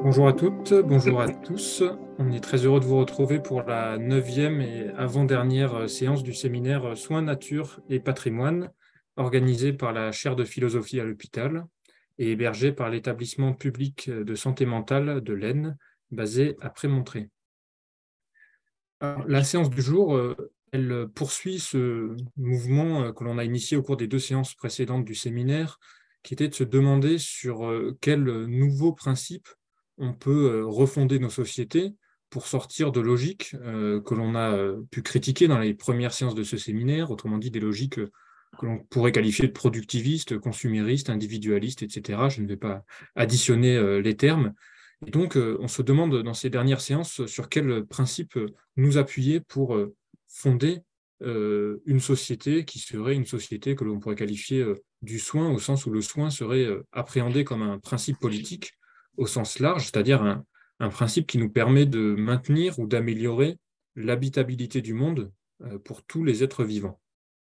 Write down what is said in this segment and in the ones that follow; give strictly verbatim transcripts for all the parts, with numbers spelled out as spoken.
Bonjour à toutes, bonjour à tous. On est très heureux de vous retrouver pour la neuvième et avant-dernière séance du séminaire Soins, Nature et Patrimoine, organisé par la chaire de philosophie à l'hôpital et hébergé par l'établissement public de santé mentale de l'Aisne, basé à Prémontré. Alors, la séance du jour, euh, elle poursuit ce mouvement que l'on a initié au cours des deux séances précédentes du séminaire, qui était de se demander sur euh, quels nouveaux principes on peut euh, refonder nos sociétés pour sortir de logiques euh, que l'on a euh, pu critiquer dans les premières séances de ce séminaire, autrement dit des logiques euh, que l'on pourrait qualifier de productivistes, consuméristes, individualistes, et cetera. Je ne vais pas additionner euh, les termes. Et donc, euh, on se demande dans ces dernières séances sur quels principes euh, nous appuyer pour euh, fonder euh, une société qui serait une société que l'on pourrait qualifier euh, du soin, au sens où le soin serait euh, appréhendé comme un principe politique au sens large, c'est-à-dire un, un principe qui nous permet de maintenir ou d'améliorer l'habitabilité du monde euh, pour tous les êtres vivants.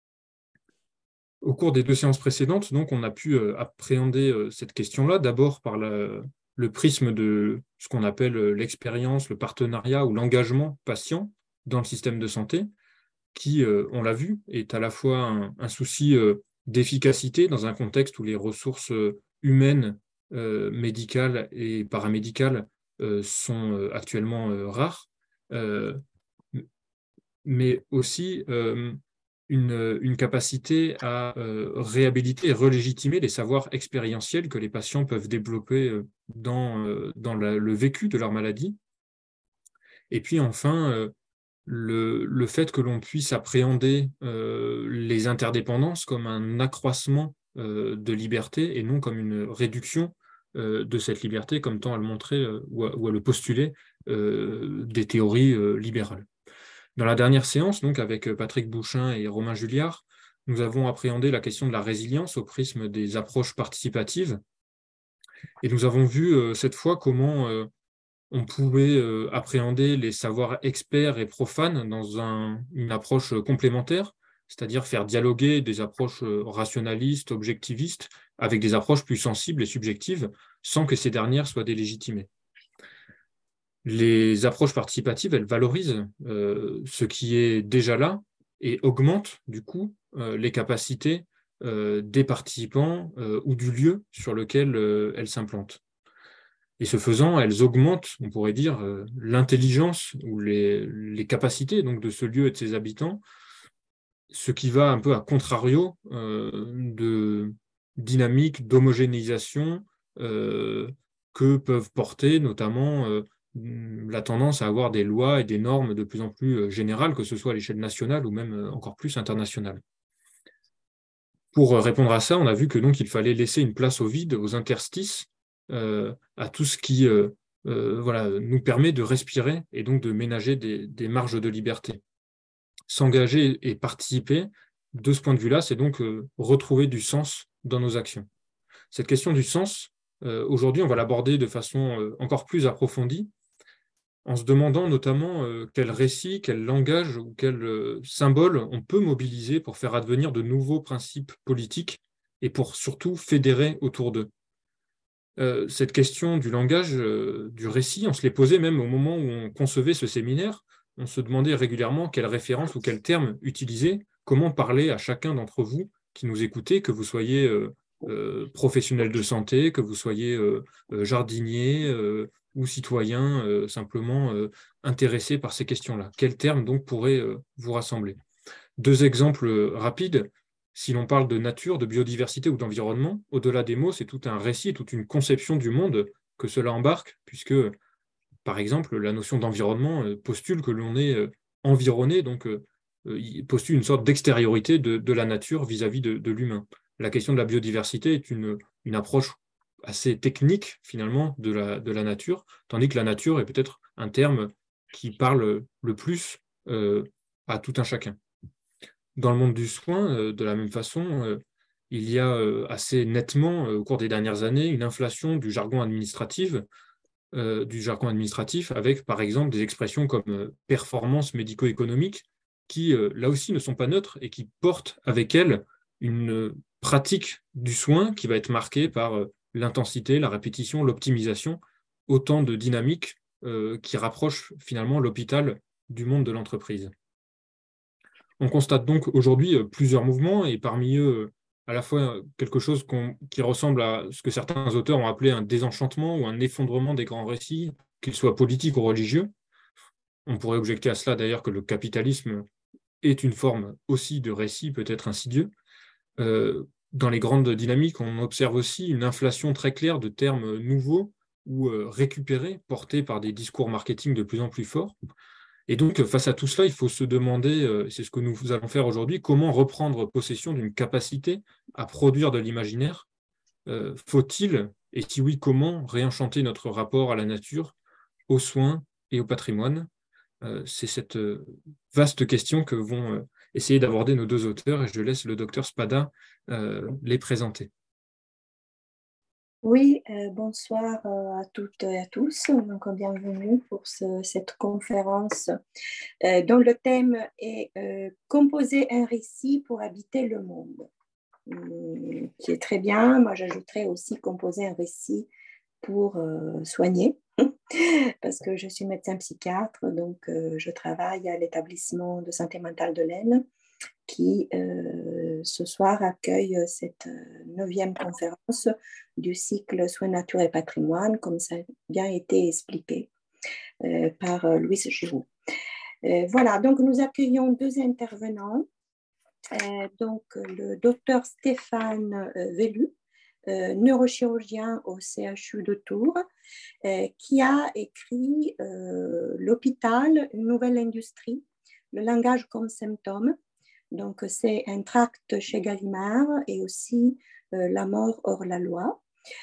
Au cours des deux séances précédentes, donc, on a pu euh, appréhender euh, cette question-là, d'abord par la, le prisme de ce qu'on appelle euh, l'expérience, le partenariat ou l'engagement patient dans le système de santé, qui, euh, on l'a vu, est à la fois un, un souci euh, d'efficacité dans un contexte où les ressources euh, humaines, euh, médicales et paramédicales euh, sont euh, actuellement euh, rares, euh, mais aussi euh, une, une capacité à euh, réhabiliter et relégitimer les savoirs expérientiels que les patients peuvent développer euh, dans, euh, dans la- le vécu de leur maladie. Et puis enfin, euh, le, le fait que l'on puisse appréhender euh, les interdépendances comme un accroissement euh, de liberté et non comme une réduction euh, de cette liberté, comme tend à le montrer euh, ou, à, ou à le postuler euh, des théories euh, libérales. Dans la dernière séance, donc avec Patrick Bouchain et Romain Julliard, nous avons appréhendé la question de la résilience au prisme des approches participatives. Et nous avons vu euh, cette fois comment euh, on pouvait euh, appréhender les savoirs experts et profanes dans un, une approche complémentaire, c'est-à-dire faire dialoguer des approches euh, rationalistes, objectivistes, avec des approches plus sensibles et subjectives, sans que ces dernières soient délégitimées. Les approches participatives, elles valorisent euh, ce qui est déjà là et augmentent du coup euh, les capacités euh, des participants euh, ou du lieu sur lequel euh, elles s'implantent. Et ce faisant, elles augmentent, on pourrait dire, euh, l'intelligence ou les, les capacités donc, de ce lieu et de ses habitants, ce qui va un peu à contrario euh, de dynamiques d'homogénéisation euh, que peuvent porter notamment euh, la tendance à avoir des lois et des normes de plus en plus euh, générales, que ce soit à l'échelle nationale ou même euh, encore plus internationale. Pour répondre à ça, on a vu que donc il fallait laisser une place au vide, aux interstices, euh, à tout ce qui euh, euh, voilà, nous permet de respirer et donc de ménager des, des marges de liberté. S'engager et participer, de ce point de vue-là, c'est donc euh, retrouver du sens dans nos actions. Cette question du sens, euh, aujourd'hui, on va l'aborder de façon euh, encore plus approfondie, en se demandant notamment euh, quel récit, quel langage ou quel euh, symbole on peut mobiliser pour faire advenir de nouveaux principes politiques et pour surtout fédérer autour d'eux. Euh, cette question du langage, euh, du récit, on se l'est posée même au moment où on concevait ce séminaire. On se demandait régulièrement quelle référence ou quel terme utiliser, comment parler à chacun d'entre vous qui nous écoutez, que vous soyez euh, euh, professionnel de santé, que vous soyez euh, euh, jardinier euh, ou citoyen euh, simplement euh, intéressé par ces questions-là. Quel terme donc pourrait euh, vous rassembler? Deux exemples euh, rapides. Si l'on parle de nature, de biodiversité ou d'environnement, au-delà des mots, c'est tout un récit, toute une conception du monde que cela embarque, puisque, par exemple, la notion d'environnement euh, postule que l'on est euh, environné, donc euh, euh, il postule une sorte d'extériorité de, de la nature vis-à-vis de, de l'humain. La question de la biodiversité est une, une approche assez technique, finalement, de la, de la nature, tandis que la nature est peut-être un terme qui parle le plus euh, à tout un chacun. Dans le monde du soin, euh, de la même façon, euh, il y a euh, assez nettement, euh, au cours des dernières années, une inflation du jargon administratif, euh, du jargon administratif avec, par exemple, des expressions comme euh, performance médico-économique, qui, euh, là aussi, ne sont pas neutres et qui portent avec elles une euh, pratique du soin qui va être marquée par euh, l'intensité, la répétition, l'optimisation, autant de dynamiques euh, qui rapprochent finalement l'hôpital du monde de l'entreprise. On constate donc aujourd'hui euh, plusieurs mouvements et parmi eux, euh, à la fois quelque chose qu'on, qui ressemble à ce que certains auteurs ont appelé un désenchantement ou un effondrement des grands récits, qu'ils soient politiques ou religieux. On pourrait objecter à cela d'ailleurs que le capitalisme est une forme aussi de récit peut-être insidieux. Euh, dans les grandes dynamiques, on observe aussi une inflation très claire de termes nouveaux ou euh, récupérés, portés par des discours marketing de plus en plus forts. Et donc, face à tout cela, il faut se demander, euh, c'est ce que nous allons faire aujourd'hui, comment reprendre possession d'une capacité à produire de l'imaginaire. Euh, faut-il, et si oui, comment réenchanter notre rapport à la nature, aux soins et au patrimoine? Euh, c'est cette euh, vaste question que vont euh, essayer d'aborder nos deux auteurs, et je laisse le docteur Spada euh, les présenter. Oui, euh, bonsoir euh, à toutes et à tous. Donc, bienvenue pour ce- cette conférence euh, dont le thème est euh, Composer un récit pour habiter le monde, Hum, qui est très bien. Moi, j'ajouterais aussi composer un récit pour euh, soigner, parce que je suis médecin psychiatre, donc euh, je travaille à l'établissement de santé mentale de l'Aisne qui euh, ce soir accueille cette euh, neuvième conférence du cycle Soins, Nature et Patrimoine, comme ça a bien été expliqué euh, par euh, Louise Giroux. Euh, voilà, donc nous accueillons deux intervenants. Euh, donc le docteur Stéphane euh, Vellu, euh, neurochirurgien au C H U de Tours, euh, qui a écrit euh, L'hôpital, une nouvelle industrie, le langage comme symptôme. Donc, c'est un tract chez Gallimard et aussi euh, La mort hors la loi.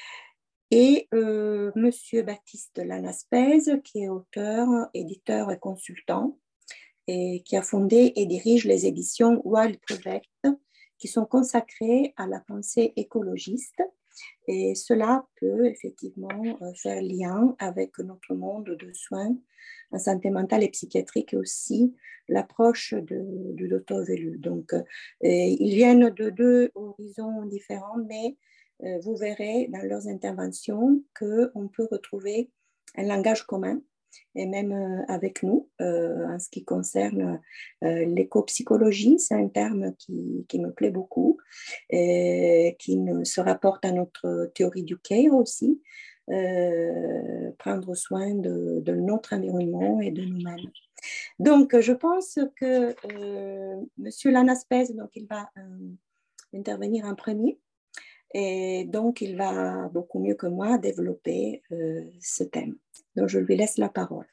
Et euh, Monsieur Baptiste Lanaspez, qui est auteur, éditeur et consultant, et qui a fondé et dirige les éditions Wild Project, qui sont consacrées à la pensée écologiste. Et cela peut effectivement faire lien avec notre monde de soins en santé mentale et psychiatrique et aussi l'approche de, du docteur Vellu. Donc, euh, ils viennent de deux horizons différents, mais euh, vous verrez dans leurs interventions qu'on peut retrouver un langage commun et même euh, avec nous euh, en ce qui concerne euh, l'éco-psychologie. C'est un terme qui, qui me plaît beaucoup et qui ne, se rapporte à notre théorie du care aussi, euh, prendre soin de, de notre environnement et de nous-mêmes. Donc, je pense que euh, Monsieur Lanaspez, donc il va euh, intervenir en premier. Et donc, il va beaucoup mieux que moi développer euh, ce thème. Donc, je lui laisse la parole.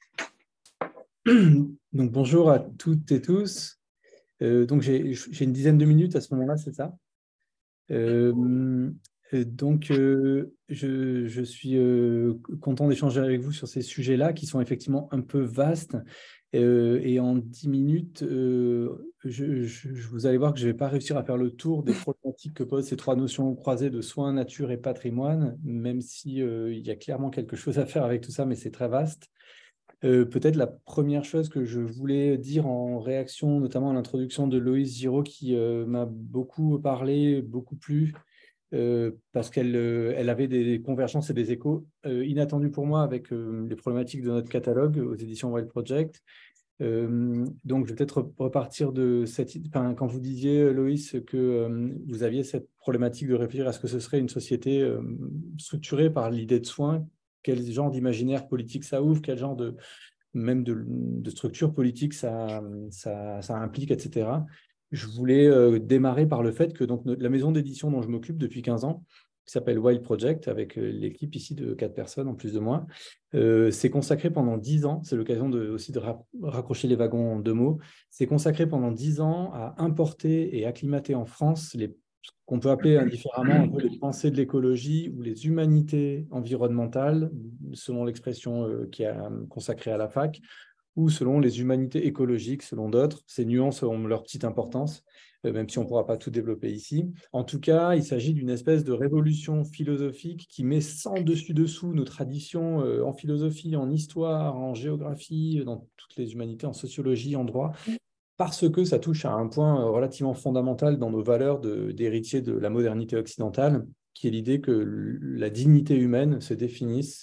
Donc, bonjour à toutes et tous. Euh, donc, j'ai, j'ai une dizaine de minutes à ce moment-là, c'est ça? euh, Donc, euh, je, je suis euh, content d'échanger avec vous sur ces sujets-là qui sont effectivement un peu vastes. Euh, et en dix minutes, euh, je, je, je, vous allez voir que je ne vais pas réussir à faire le tour des problématiques que posent ces trois notions croisées de soins, nature et patrimoine, même s'il euh, y a clairement quelque chose à faire avec tout ça, mais c'est très vaste. Euh, peut-être la première chose que je voulais dire en réaction, notamment à l'introduction de Loïse Giraud, qui euh, m'a beaucoup parlé, beaucoup plu, euh, parce qu'elle euh, elle avait des convergences et des échos euh, inattendus pour moi avec euh, les problématiques de notre catalogue aux éditions Wild Project. Euh, donc, je vais peut-être repartir de cette... Enfin, quand vous disiez, Loïs, que euh, vous aviez cette problématique de réfléchir à ce que ce serait une société euh, structurée par l'idée de soins, quel genre d'imaginaire politique ça ouvre, quel genre de, même de, de structure politique ça, ça, ça implique, et cetera. Je voulais euh, démarrer par le fait que donc, la maison d'édition dont je m'occupe depuis quinze ans, qui s'appelle Wild Project, avec euh, l'équipe ici de quatre personnes en plus de moi, euh, s'est consacré pendant dix ans, c'est l'occasion de, aussi de ra raccrocher les wagons en deux mots, s'est consacré pendant dix ans à importer et acclimater en France les qu'on peut appeler indifféremment un peu les pensées de l'écologie ou les humanités environnementales, selon l'expression euh, qui est consacrée à la fac, ou selon les humanités écologiques, selon d'autres. Ces nuances ont leur petite importance, euh, même si on ne pourra pas tout développer ici. En tout cas, il s'agit d'une espèce de révolution philosophique qui met sans dessus-dessous nos traditions euh, en philosophie, en histoire, en géographie, dans toutes les humanités, en sociologie, en droit, parce que ça touche à un point relativement fondamental dans nos valeurs d'héritiers de, de la modernité occidentale, qui est l'idée que la dignité humaine se définisse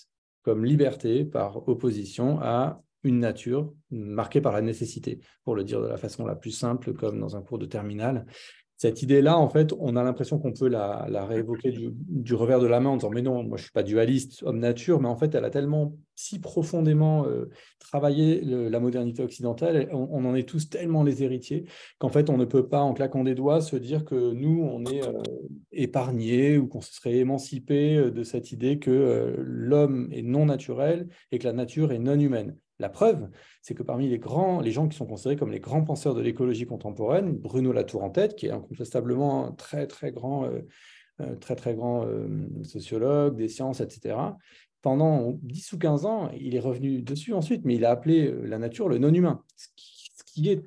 comme liberté par opposition à une nature marquée par la nécessité, pour le dire de la façon la plus simple, comme dans un cours de terminale. Cette idée-là, en fait, on a l'impression qu'on peut la, la réévoquer du, du revers de la main en disant « mais non, moi je ne suis pas dualiste, homme-nature », mais en fait, elle a tellement, si profondément euh, travaillé le, la modernité occidentale, on, on en est tous tellement les héritiers, qu'en fait, on ne peut pas, en claquant des doigts, se dire que nous, on est euh, épargnés ou qu'on se serait émancipé de cette idée que euh, l'homme est non naturel et que la nature est non humaine. La preuve, c'est que parmi les grands, les gens qui sont considérés comme les grands penseurs de l'écologie contemporaine, Bruno Latour en tête, qui est incontestablement un très très grand, euh, très très grand euh, sociologue des sciences, et cetera. Pendant dix ou quinze ans, il est revenu dessus ensuite, mais il a appelé la nature le non-humain, ce qui, ce qui est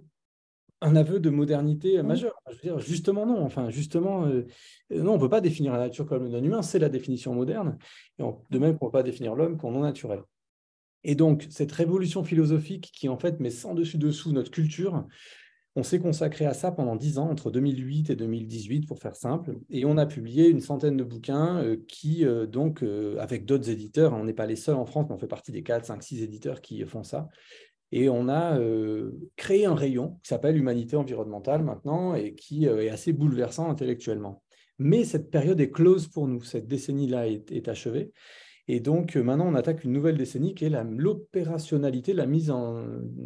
un aveu de modernité majeure. Je veux dire, justement non, enfin justement, euh, non, on ne peut pas définir la nature comme le non-humain, c'est la définition moderne, et on, de même qu'on ne peut pas définir l'homme comme non naturel. Et donc, cette révolution philosophique qui, en fait, met sans dessus-dessous notre culture, on s'est consacré à ça pendant dix ans, entre deux mille huit et deux mille dix-huit, pour faire simple. Et on a publié une centaine de bouquins euh, qui, euh, donc, euh, avec d'autres éditeurs, hein, on n'est pas les seuls en France, mais on fait partie des quatre, cinq, six éditeurs qui font ça. Et on a euh, créé un rayon qui s'appelle Humanité environnementale maintenant et qui euh, est assez bouleversant intellectuellement. Mais cette période est close pour nous, cette décennie-là est, est achevée. Et donc, maintenant, on attaque une nouvelle décennie qui est l'opérationnalité, la, la, mise en,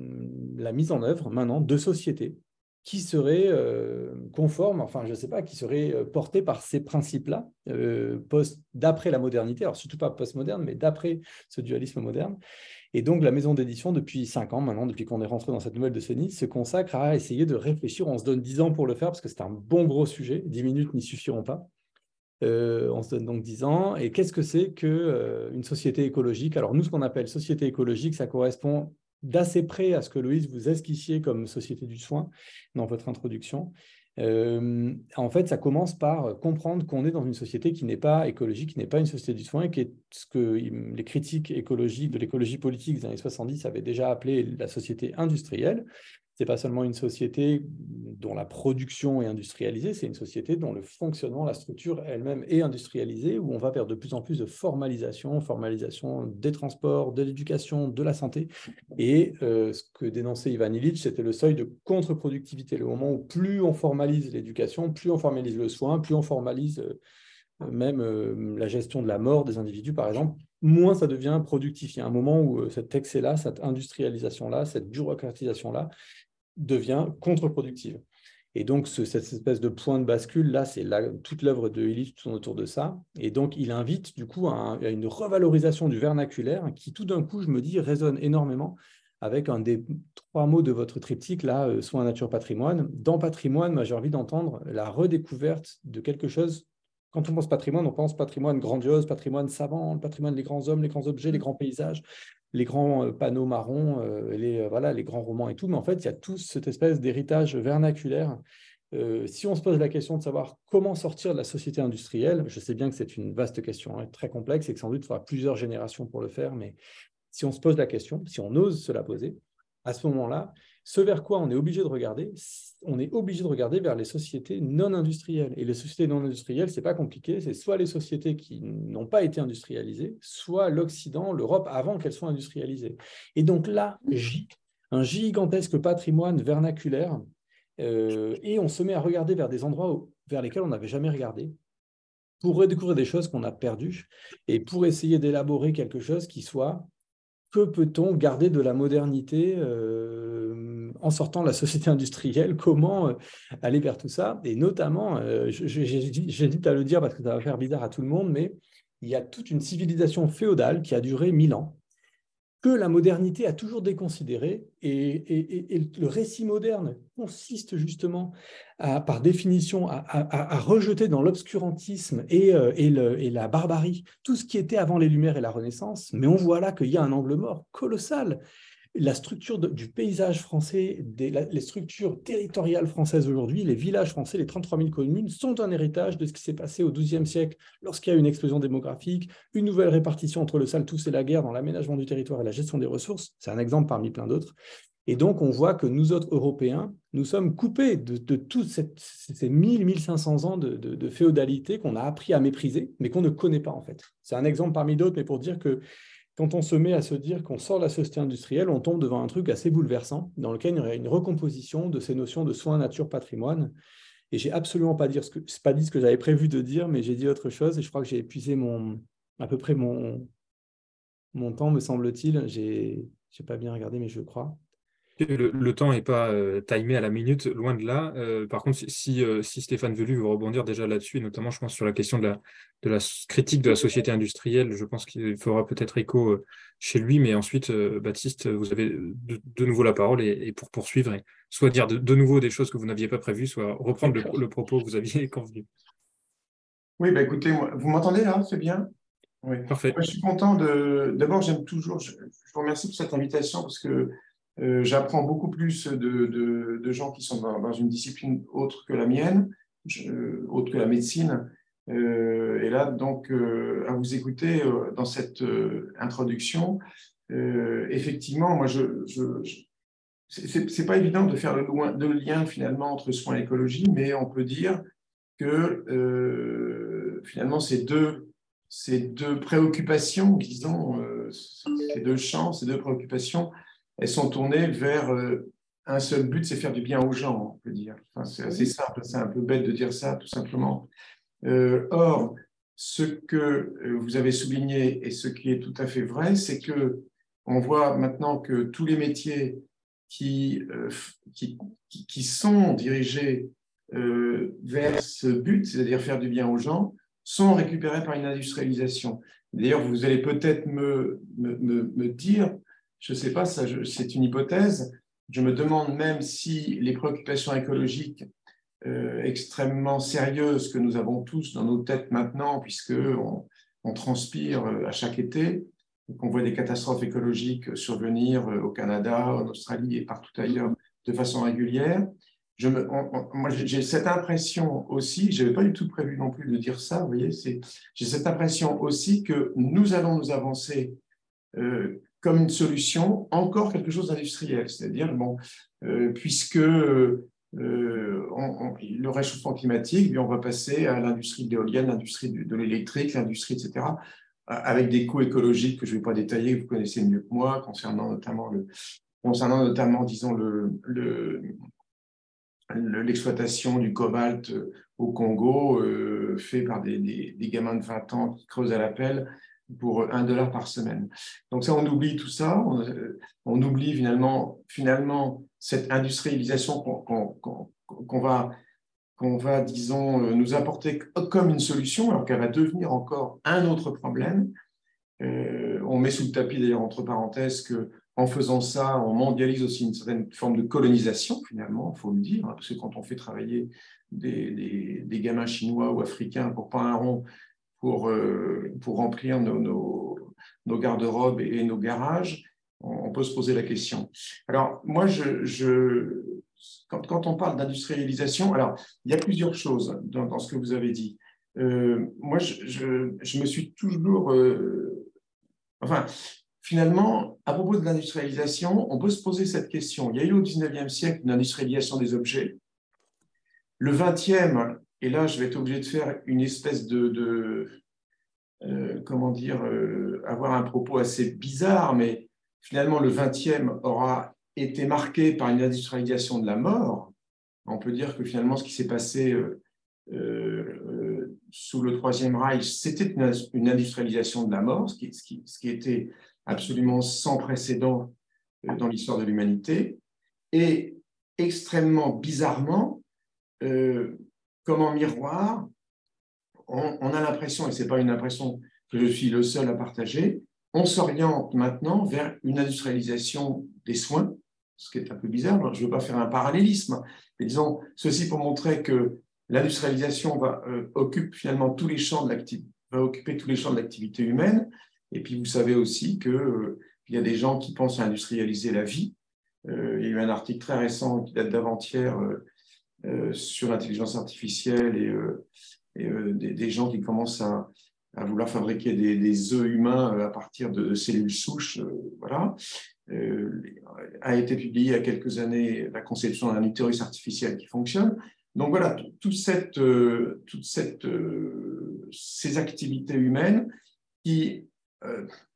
la mise en œuvre, maintenant, de sociétés qui seraient euh, conformes, enfin, je ne sais pas, qui seraient euh, portées par ces principes-là, euh, d'après la modernité, alors surtout pas post-moderne, mais d'après ce dualisme moderne. Et donc, la maison d'édition, depuis cinq ans maintenant, depuis qu'on est rentré dans cette nouvelle décennie, se consacre à essayer de réfléchir. On se donne dix ans pour le faire, parce que c'est un bon gros sujet, dix minutes n'y suffiront pas. Euh, on se donne donc dix ans. Et qu'est-ce que c'est qu'une euh, société écologique? Alors nous, ce qu'on appelle société écologique, ça correspond d'assez près à ce que Loïse vous esquissiez comme société du soin dans votre introduction. Euh, en fait, ça commence par comprendre qu'on est dans une société qui n'est pas écologique, qui n'est pas une société du soin, qui est ce que les critiques écologiques de l'écologie politique des années soixante-dix avaient déjà appelé la société industrielle. Ce n'est pas seulement une société dont la production est industrialisée, c'est une société dont le fonctionnement, la structure elle-même est industrialisée, où on va vers de plus en plus de formalisation, formalisation des transports, de l'éducation, de la santé. Et euh, ce que dénonçait Ivan Illich, c'était le seuil de contre-productivité, le moment où plus on formalise l'éducation, plus on formalise le soin, plus on formalise euh, même euh, la gestion de la mort des individus, par exemple, moins ça devient productif. Il y a un moment où euh, cet excès-là, cette industrialisation-là, cette bureaucratisation-là, devient contre-productive. Et donc, ce, cette espèce de point de bascule-là, c'est toute l'œuvre de Illich tourne autour de ça. Et donc, il invite du coup à, un, à une revalorisation du vernaculaire qui, tout d'un coup, je me dis, résonne énormément avec un des trois mots de votre triptyque, là, euh, soins, nature, patrimoine. Dans patrimoine, moi, j'ai envie d'entendre la redécouverte de quelque chose. Quand on pense patrimoine, on pense patrimoine grandiose, patrimoine savant, le patrimoine des grands hommes, les grands objets, les grands paysages, les grands panneaux marrons, euh, les, euh, voilà, les grands romans et tout. Mais en fait, il y a tout cette espèce d'héritage vernaculaire. Euh, si on se pose la question de savoir comment sortir de la société industrielle, je sais bien que c'est une vaste question, hein, très complexe et que sans doute il faudra plusieurs générations pour le faire, mais si on se pose la question, si on ose se la poser, à ce moment-là, ce vers quoi on est obligé de regarder, on est obligé de regarder vers les sociétés non industrielles. Et les sociétés non industrielles, ce n'est pas compliqué, c'est soit les sociétés qui n'ont pas été industrialisées, soit l'Occident, l'Europe, avant qu'elles soient industrialisées. Et donc là, un gigantesque patrimoine vernaculaire, euh, et on se met à regarder vers des endroits où, vers lesquels on n'avait jamais regardé, pour redécouvrir des choses qu'on a perdues, et pour essayer d'élaborer quelque chose qui soit... Que peut-on garder de la modernité euh, en sortant de la société industrielle? Comment euh, aller vers tout ça? Et notamment, euh, j'hésite à le dire parce que ça va faire bizarre à tout le monde, mais il y a toute une civilisation féodale qui a duré mille ans, que la modernité a toujours déconsidéré, et, et, et le récit moderne consiste justement, à, par définition, à, à, à rejeter dans l'obscurantisme et, euh, et, le, et la barbarie tout ce qui était avant les Lumières et la Renaissance, mais on voit là qu'il y a un angle mort colossal. La structure de, du paysage français, des, la, les structures territoriales françaises aujourd'hui, les villages français, les trente-trois mille communes, sont un héritage de ce qui s'est passé au douzième siècle, lorsqu'il y a eu une explosion démographique, une nouvelle répartition entre le saltus et la guerre dans l'aménagement du territoire et la gestion des ressources. C'est un exemple parmi plein d'autres. Et donc, on voit que nous autres Européens, nous sommes coupés de, de tous ces mille, mille cinq cents ans de, de, de féodalité qu'on a appris à mépriser, mais qu'on ne connaît pas en fait. C'est un exemple parmi d'autres, mais pour dire que quand on se met à se dire qu'on sort de la société industrielle, on tombe devant un truc assez bouleversant, dans lequel il y aurait une recomposition de ces notions de soins, nature, patrimoine. Et j'ai absolument pas, dire ce que, pas dit ce que j'avais prévu de dire, mais j'ai dit autre chose, et je crois que j'ai épuisé mon, à peu près mon, mon temps, me semble-t-il. J'ai, j'ai pas bien regardé, mais je crois. Le, le temps n'est pas euh, timé à la minute, loin de là. Euh, par contre, si, euh, si Stéphane Velu veut rebondir déjà là-dessus, et notamment, je pense, sur la question de la, de la critique de la société industrielle, je pense qu'il fera peut-être écho euh, chez lui. Mais ensuite, euh, Baptiste, vous avez de, de nouveau la parole et, et pour poursuivre, et soit dire de, de nouveau des choses que vous n'aviez pas prévues, soit reprendre le, le propos que vous aviez convenu. Oui, bah écoutez, moi, vous m'entendez là? C'est bien? Oui. Parfait. Moi, je suis content de. D'abord, j'aime toujours. Je, je vous remercie pour cette invitation parce que euh, j'apprends beaucoup plus de, de, de gens qui sont dans, dans une discipline autre que la mienne, je, autre que la médecine. Euh, et là, donc, euh, à vous écouter euh, dans cette euh, introduction, euh, effectivement, moi, je, je, je c'est c'est pas évident de faire le, loin, de le lien finalement entre soins et écologie, mais on peut dire que euh, finalement ces deux, ces deux préoccupations, disons, euh, ces deux champs, ces deux préoccupations, elles sont tournées vers euh, un seul but, c'est faire du bien aux gens, on peut dire. Enfin, c'est assez simple, c'est un peu bête de dire ça, tout simplement. Euh, or, ce que vous avez souligné et ce qui est tout à fait vrai, c'est que on voit maintenant que tous les métiers qui, euh, qui, qui, qui sont dirigés euh, vers ce but, c'est-à-dire faire du bien aux gens, sont récupérés par une industrialisation. D'ailleurs, vous allez peut-être me, me, me, me dire, je ne sais pas, ça, c'est une hypothèse, je me demande même si les préoccupations écologiques euh, extrêmement sérieuses que nous avons tous dans nos têtes maintenant, puisqu'on on transpire à chaque été, qu'on voit des catastrophes écologiques survenir au Canada, en Australie et partout ailleurs de façon régulière. Je me, on, on, moi, j'ai cette impression aussi, je n'avais pas du tout prévu non plus de dire ça, vous voyez, j'ai cette impression aussi que nous allons nous avancer euh, comme une solution, encore quelque chose d'industriel, c'est-à-dire, bon, euh, puisque euh, on, on, le réchauffement climatique, bien, on va passer à l'industrie de l'éolienne, l'industrie de, de l'électrique, l'industrie, et cetera, avec des coûts écologiques que je ne vais pas détailler, que vous connaissez mieux que moi, concernant notamment, le, concernant notamment disons, le, le, l'exploitation du cobalt au Congo, euh, fait par des, des, des gamins de vingt ans qui creusent à la pelle pour un dollar par semaine. Donc ça, on oublie tout ça, on, on oublie finalement, finalement cette industrialisation qu'on qu'on, qu'on, qu'on va, qu'on va, disons, nous apporter comme une solution, alors qu'elle va devenir encore un autre problème. Euh, on met sous le tapis, d'ailleurs, entre parenthèses, que en faisant ça, on mondialise aussi une certaine forme de colonisation, finalement, il faut le dire, hein, parce que quand on fait travailler des, des, des gamins chinois ou africains pour pas un rond, pour, euh, pour remplir nos, nos, nos garde-robes et, et nos garages, on, on peut se poser la question. Alors, moi, je, je, quand, quand on parle d'industrialisation, alors, il y a plusieurs choses dans, dans ce que vous avez dit. Euh, moi, je, je, je me suis toujours... Euh, enfin, finalement, à propos de l'industrialisation, on peut se poser cette question. Il y a eu au dix-neuvième siècle une industrialisation des objets. Le vingtième, et là, je vais être obligé de faire une espèce de... de euh, comment dire, euh, avoir un propos assez bizarre, mais finalement, le vingtième aura été marqué par une industrialisation de la mort. On peut dire que finalement, ce qui s'est passé euh, euh, sous le Troisième Reich, c'était une, une industrialisation de la mort, ce qui, ce qui, ce qui était absolument sans précédent dans l'histoire de l'humanité, et extrêmement bizarrement, euh, comme en miroir, on, on a l'impression, et ce n'est pas une impression que je suis le seul à partager, on s'oriente maintenant vers une industrialisation des soins, ce qui est un peu bizarre. Je ne veux pas faire un parallélisme, mais disons ceci pour montrer que l'industrialisation va euh, occupe finalement tous les champs de l'activité, va occuper tous les champs de l'activité humaine. Et puis vous savez aussi que euh, il y a des gens qui pensent à industrialiser la vie. Euh, il y a eu un article très récent qui date d'avant-hier euh, euh, sur l'intelligence artificielle et, euh, et euh, des, des gens qui commencent à, à vouloir fabriquer des, des œufs humains à partir de cellules souches. Euh, voilà. Euh, a été publié il y a quelques années la conception d'un utérus artificiel qui fonctionne. Donc voilà, toute cette, euh, toute cette, euh, ces activités humaines qui, euh,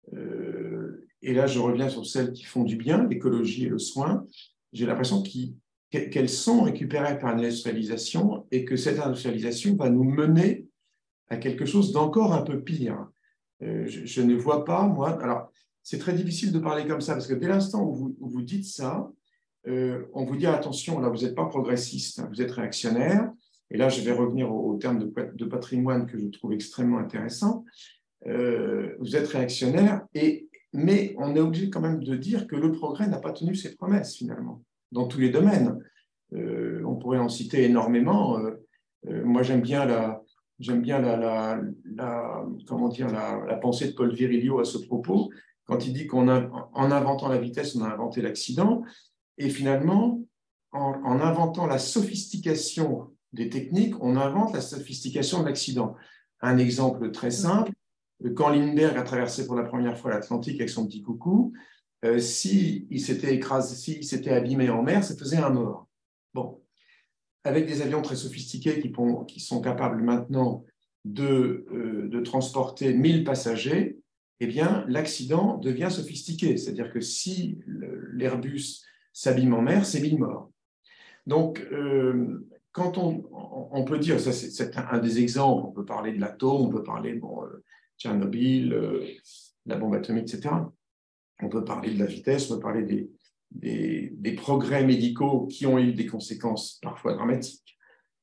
Euh, et là, je reviens sur celles qui font du bien, l'écologie et le soin. J'ai l'impression qu'elles sont récupérées par l'industrialisation et que cette industrialisation va nous mener à quelque chose d'encore un peu pire. Euh, je, je ne vois pas, moi... Alors, c'est très difficile de parler comme ça, parce que dès l'instant où vous, où vous dites ça, euh, on vous dit attention, là, vous n'êtes pas progressiste, hein, vous êtes réactionnaire. Et là, je vais revenir au, au terme de, de patrimoine que je trouve extrêmement intéressant. Euh, vous êtes réactionnaire, et, mais on est obligé quand même de dire que le progrès n'a pas tenu ses promesses, finalement, dans tous les domaines. Euh, on pourrait en citer énormément. Euh, euh, moi, j'aime bien la... J'aime bien la, la, la, comment dire, la, la pensée de Paul Virilio à ce propos, quand il dit qu'en inventant la vitesse, on a inventé l'accident. Et finalement, en, en inventant la sophistication des techniques, on invente la sophistication de l'accident. Un exemple très simple, quand Lindbergh a traversé pour la première fois l'Atlantique avec son petit coucou, euh, s'il s'était écrasé, s'il s'était abîmé en mer, ça faisait un mort. Bon. Avec des avions très sophistiqués qui, qui sont capables maintenant de, euh, de transporter mille passagers, eh bien, l'accident devient sophistiqué. C'est-à-dire que si l'Airbus s'abîme en mer, c'est mille morts. Donc, euh, quand on, on peut dire, ça c'est un des exemples, on peut parler de l'atome, on peut parler de bon, euh, Tchernobyl, euh, la bombe atomique, et cetera. On peut parler de la vitesse, on peut parler des, Des, des progrès médicaux qui ont eu des conséquences parfois dramatiques.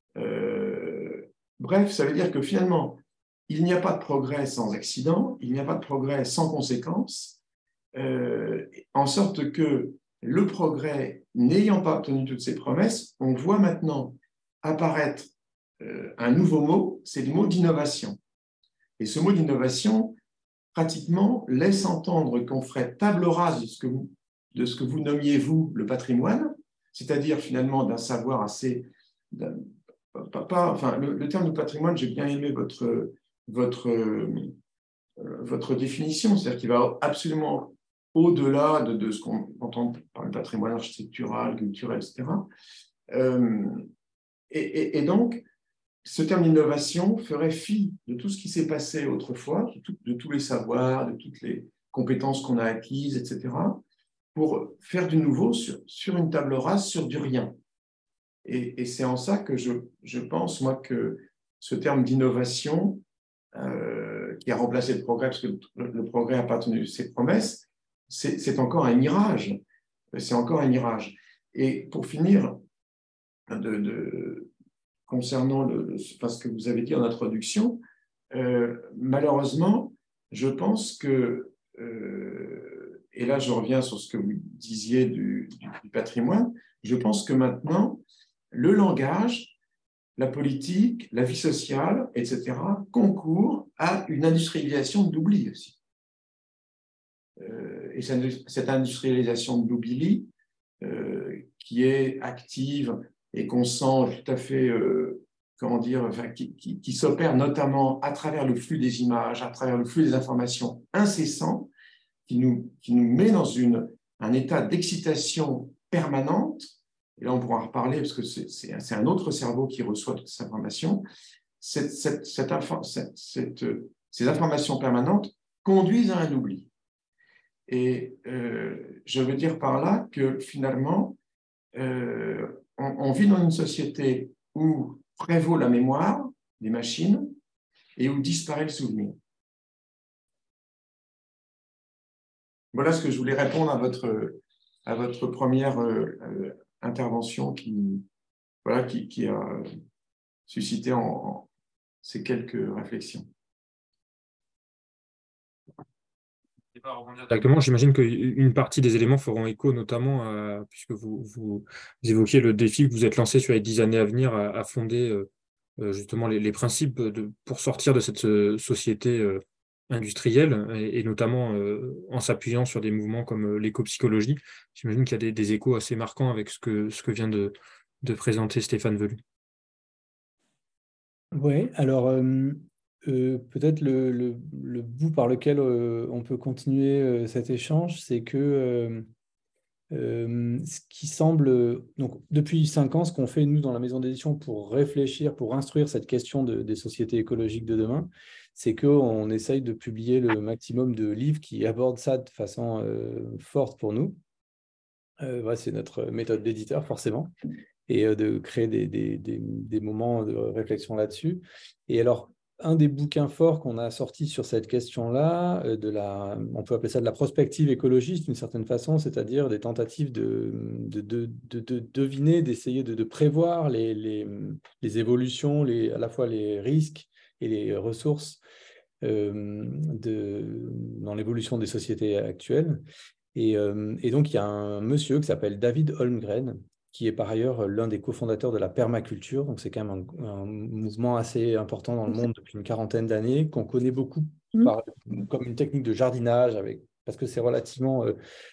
Euh, bref, ça veut dire que finalement, il n'y a pas de progrès sans accident, il n'y a pas de progrès sans conséquences, euh, en sorte que le progrès, n'ayant pas obtenu toutes ses promesses, on voit maintenant apparaître euh, un nouveau mot, c'est le mot d'innovation. Et ce mot d'innovation, pratiquement, laisse entendre qu'on ferait table rase de ce que vous de ce que vous nommiez, vous, le patrimoine, c'est-à-dire finalement d'un savoir assez... Pas, pas, enfin, le, le terme de patrimoine, j'ai bien aimé votre, votre, euh, votre définition, c'est-à-dire qu'il va absolument au-delà de, de ce qu'on entend par le patrimoine architectural, culturel, et cetera. Euh, et, et, et donc, ce terme d'innovation ferait fi de tout ce qui s'est passé autrefois, de, tout, de tous les savoirs, de toutes les compétences qu'on a acquises, et cetera, pour faire du nouveau sur, sur une table rase, sur du rien. Et, et c'est en ça que je, je pense, moi, que ce terme d'innovation, euh, qui a remplacé le progrès, parce que le, le progrès n'a pas tenu ses promesses, c'est encore un mirage. C'est encore un mirage. Et pour finir, de, de, concernant le, enfin, ce que vous avez dit en introduction, euh, malheureusement, je pense que euh, et là je reviens sur ce que vous disiez du, du, du patrimoine, je pense que maintenant, le langage, la politique, la vie sociale, et cetera, concourent à une industrialisation de l'oubli aussi. Euh, et cette industrialisation de l'oubli, euh, qui est active et qu'on sent tout à fait, euh, comment dire, enfin, qui, qui, qui s'opère notamment à travers le flux des images, à travers le flux des informations incessant, qui nous, qui nous met dans une, un état d'excitation permanente. Et là, on pourra en reparler parce que c'est un autre cerveau qui reçoit toutes ces informations. Cette, cette, cette, cette, cette, ces informations permanentes conduisent à un oubli. Et euh, je veux dire par là que finalement, euh, on, on vit dans une société où prévaut la mémoire des machines et où disparaît le souvenir. Voilà ce que je voulais répondre à votre, à votre première euh, intervention qui, voilà, qui, qui a suscité en, en ces quelques réflexions. Exactement, j'imagine qu'une partie des éléments feront écho, notamment euh, puisque vous, vous, vous évoquiez le défi que vous êtes lancé sur les dix années à venir à, à fonder euh, justement les, les principes de, pour sortir de cette euh, société euh, industrielle et, et notamment euh, en s'appuyant sur des mouvements comme euh, l'éco-psychologie. J'imagine qu'il y a des, des échos assez marquants avec ce que, ce que vient de, de présenter Stéphane Velu. Oui, alors euh, euh, peut-être le, le, le bout par lequel euh, on peut continuer euh, cet échange, c'est que euh, euh, ce qui semble, donc depuis cinq ans, ce qu'on fait nous dans la maison d'édition pour réfléchir, pour instruire cette question de, des sociétés écologiques de demain, c'est qu'on essaye de publier le maximum de livres qui abordent ça de façon euh, forte pour nous. Euh, ouais, c'est notre méthode d'éditeur, forcément, et euh, de créer des, des, des, des moments de réflexion là-dessus. Et alors, un des bouquins forts qu'on a sorti sur cette question-là, euh, de la, on peut appeler ça de la prospective écologiste d'une certaine façon, c'est-à-dire des tentatives de, de, de, de, de deviner, d'essayer de, de prévoir les, les, les évolutions, les, à la fois les risques et les ressources euh, de, dans l'évolution des sociétés actuelles. Et, euh, et donc, il y a un monsieur qui s'appelle David Holmgren, qui est par ailleurs l'un des cofondateurs de la permaculture. Donc, c'est quand même un, un mouvement assez important dans le monde depuis une quarantaine d'années, qu'on connaît beaucoup par, comme une technique de jardinage, avec, parce que c'est relativement... Euh,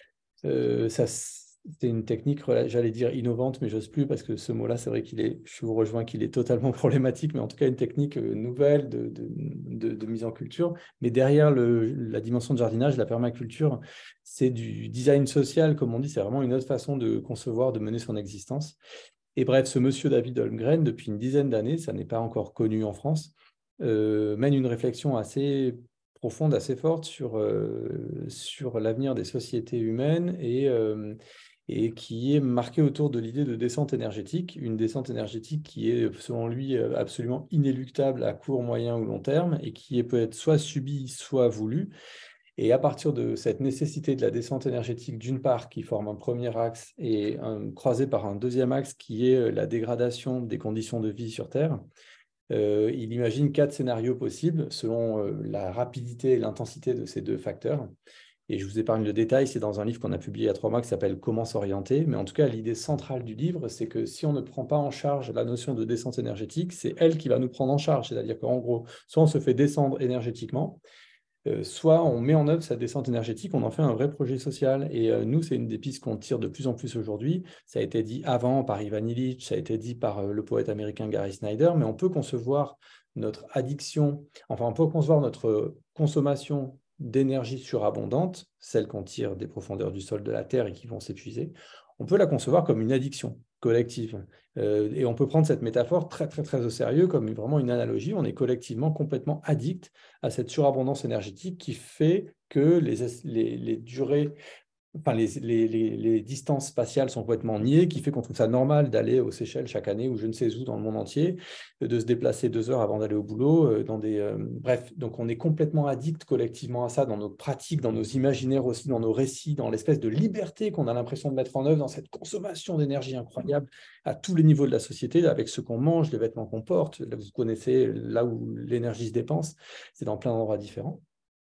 euh, ça, c'est une technique, j'allais dire innovante, mais j'ose plus, parce que ce mot-là, c'est vrai qu'il est, je vous rejoins qu'il est totalement problématique, mais en tout cas une technique nouvelle de, de, de, de mise en culture. Mais derrière le, la dimension de jardinage, la permaculture, c'est du design social, comme on dit, c'est vraiment une autre façon de concevoir, de mener son existence. Et bref, ce monsieur David Holmgren, depuis une dizaine d'années, ça n'est pas encore connu en France, euh, mène une réflexion assez profonde, assez forte sur, euh, sur l'avenir des sociétés humaines et, euh, et qui est marquée autour de l'idée de descente énergétique, une descente énergétique qui est, selon lui, absolument inéluctable à court, moyen ou long terme et qui est peut-être soit subie, soit voulue. Et à partir de cette nécessité de la descente énergétique, d'une part, qui forme un premier axe et un, croisé par un deuxième axe qui est la dégradation des conditions de vie sur Terre, Euh, il imagine quatre scénarios possibles selon euh, la rapidité et l'intensité de ces deux facteurs. Et je vous épargne le détail, c'est dans un livre qu'on a publié il y a trois mois qui s'appelle « Comment s'orienter ». Mais en tout cas, l'idée centrale du livre, c'est que si on ne prend pas en charge la notion de descente énergétique, c'est elle qui va nous prendre en charge. C'est-à-dire qu'en gros, soit on se fait descendre énergétiquement, Euh, soit on met en œuvre cette descente énergétique, on en fait un vrai projet social. Et euh, nous, c'est une des pistes qu'on tire de plus en plus aujourd'hui. Ça a été dit avant par Ivan Illich, ça a été dit par euh, le poète américain Gary Snyder, mais on peut concevoir notre addiction, enfin on peut concevoir notre consommation d'énergie surabondante, celle qu'on tire des profondeurs du sol de la Terre et qui vont s'épuiser, on peut la concevoir comme une addiction collective. Euh, et on peut prendre cette métaphore très, très, très au sérieux comme vraiment une analogie. On est collectivement complètement addict à cette surabondance énergétique qui fait que les, les, les durées, enfin les, les, les, les distances spatiales sont complètement niées, qui fait qu'on trouve ça normal d'aller aux Seychelles chaque année ou je ne sais où dans le monde entier, de se déplacer deux heures avant d'aller au boulot. Dans des, euh, bref, donc on est complètement addict collectivement à ça, dans nos pratiques, dans nos imaginaires aussi, dans nos récits, dans l'espèce de liberté qu'on a l'impression de mettre en œuvre, dans cette consommation d'énergie incroyable à tous les niveaux de la société, avec ce qu'on mange, les vêtements qu'on porte. Là, vous connaissez là où l'énergie se dépense, c'est dans plein d'endroits différents.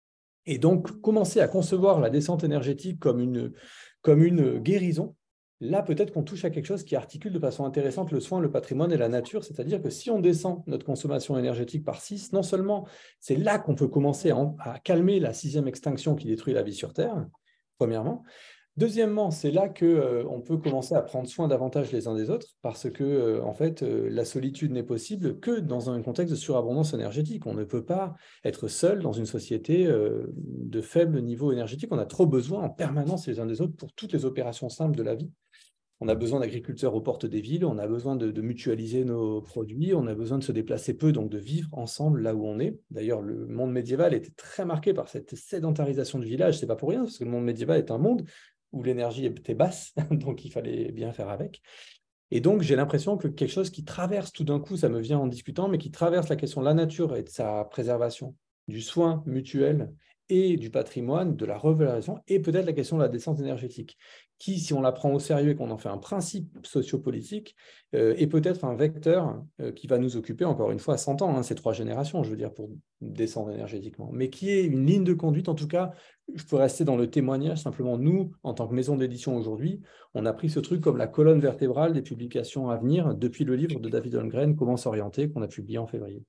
Et donc, commencer à concevoir la descente énergétique comme une, comme une guérison, là, peut-être qu'on touche à quelque chose qui articule de façon intéressante le soin, le patrimoine et la nature, c'est-à-dire que si on descend notre consommation énergétique par six, non seulement c'est là qu'on peut commencer à, à calmer la sixième extinction qui détruit la vie sur Terre, premièrement. Deuxièmement, c'est là qu'on euh, peut commencer à prendre soin davantage les uns des autres parce que, euh, en fait, euh, la solitude n'est possible que dans un contexte de surabondance énergétique. On ne peut pas être seul dans une société euh, de faible niveau énergétique. On a trop besoin en permanence les uns des autres pour toutes les opérations simples de la vie. On a besoin d'agriculteurs aux portes des villes, on a besoin de, de mutualiser nos produits, on a besoin de se déplacer peu, donc de vivre ensemble là où on est. D'ailleurs, le monde médiéval était très marqué par cette sédentarisation du village. Ce n'est pas pour rien, parce que le monde médiéval est un monde où l'énergie était basse, donc il fallait bien faire avec. Et donc, j'ai l'impression que quelque chose qui traverse tout d'un coup, ça me vient en discutant, mais qui traverse la question de la nature et de sa préservation, du soin mutuel et du patrimoine, de la revalorisation, et peut-être la question de la descente énergétique, qui, si on la prend au sérieux et qu'on en fait un principe sociopolitique, euh, est peut-être un vecteur euh, qui va nous occuper, encore une fois, à cent ans, hein, ces trois générations, je veux dire, pour descendre énergétiquement, mais qui est une ligne de conduite, en tout cas, je peux rester dans le témoignage, simplement, nous, en tant que maison d'édition aujourd'hui, on a pris ce truc comme la colonne vertébrale des publications à venir depuis le livre de David Holmgren, Comment s'orienter, qu'on a publié en février.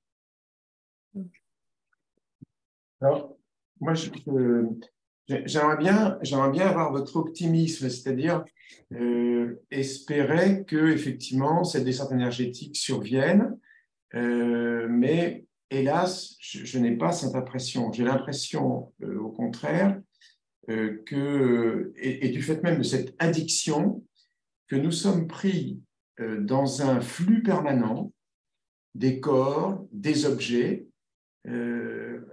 Alors, moi, je, je, j'aimerais bien, j'aimerais bien avoir votre optimisme, c'est-à-dire euh, espérer que effectivement cette descente énergétique survienne, euh, mais hélas, je, je n'ai pas cette impression. J'ai l'impression, euh, au contraire, euh, que et, et du fait même de cette addiction, que nous sommes pris euh, dans un flux permanent des corps, des objets. Euh,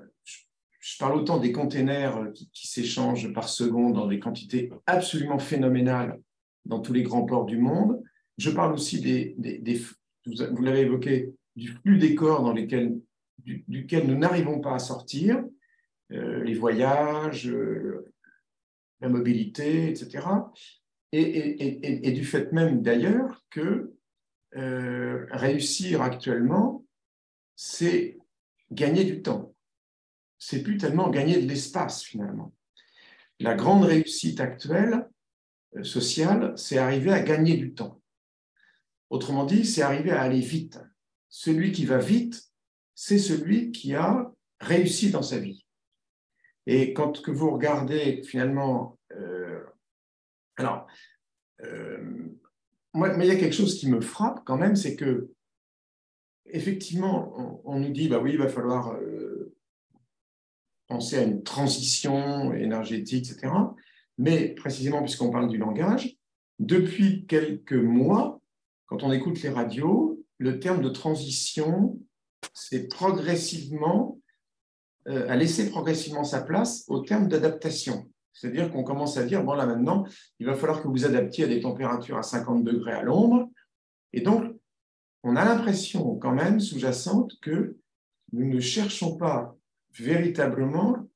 je parle autant des containers qui, qui s'échangent par seconde dans des quantités absolument phénoménales dans tous les grands ports du monde. Je parle aussi des, des, des vous l'avez évoqué, du flux des corps dans lesquels, du, duquel nous n'arrivons pas à sortir, euh, les voyages, euh, la mobilité, et cetera. Et, et, et, et du fait même d'ailleurs que euh, réussir actuellement, c'est gagner du temps. C'est plus tellement gagner de l'espace finalement. La grande réussite actuelle, euh, sociale, c'est arriver à gagner du temps. Autrement dit, c'est arriver à aller vite. Celui qui va vite, c'est celui qui a réussi dans sa vie. Et quand que vous regardez finalement, euh, alors, euh, moi, mais il y a quelque chose qui me frappe quand même, c'est que effectivement, on, on nous dit, bah oui, il va falloir euh, penser à une transition énergétique, et cetera. Mais précisément, puisqu'on parle du langage, depuis quelques mois, quand on écoute les radios, le terme de transition, c'est progressivement, euh, a laissé progressivement sa place au terme d'adaptation. C'est-à-dire qu'on commence à dire, bon là maintenant, il va falloir que vous adaptiez à des températures à cinquante degrés à l'ombre. Et donc, on a l'impression quand même sous-jacente que nous ne cherchons pas véritablement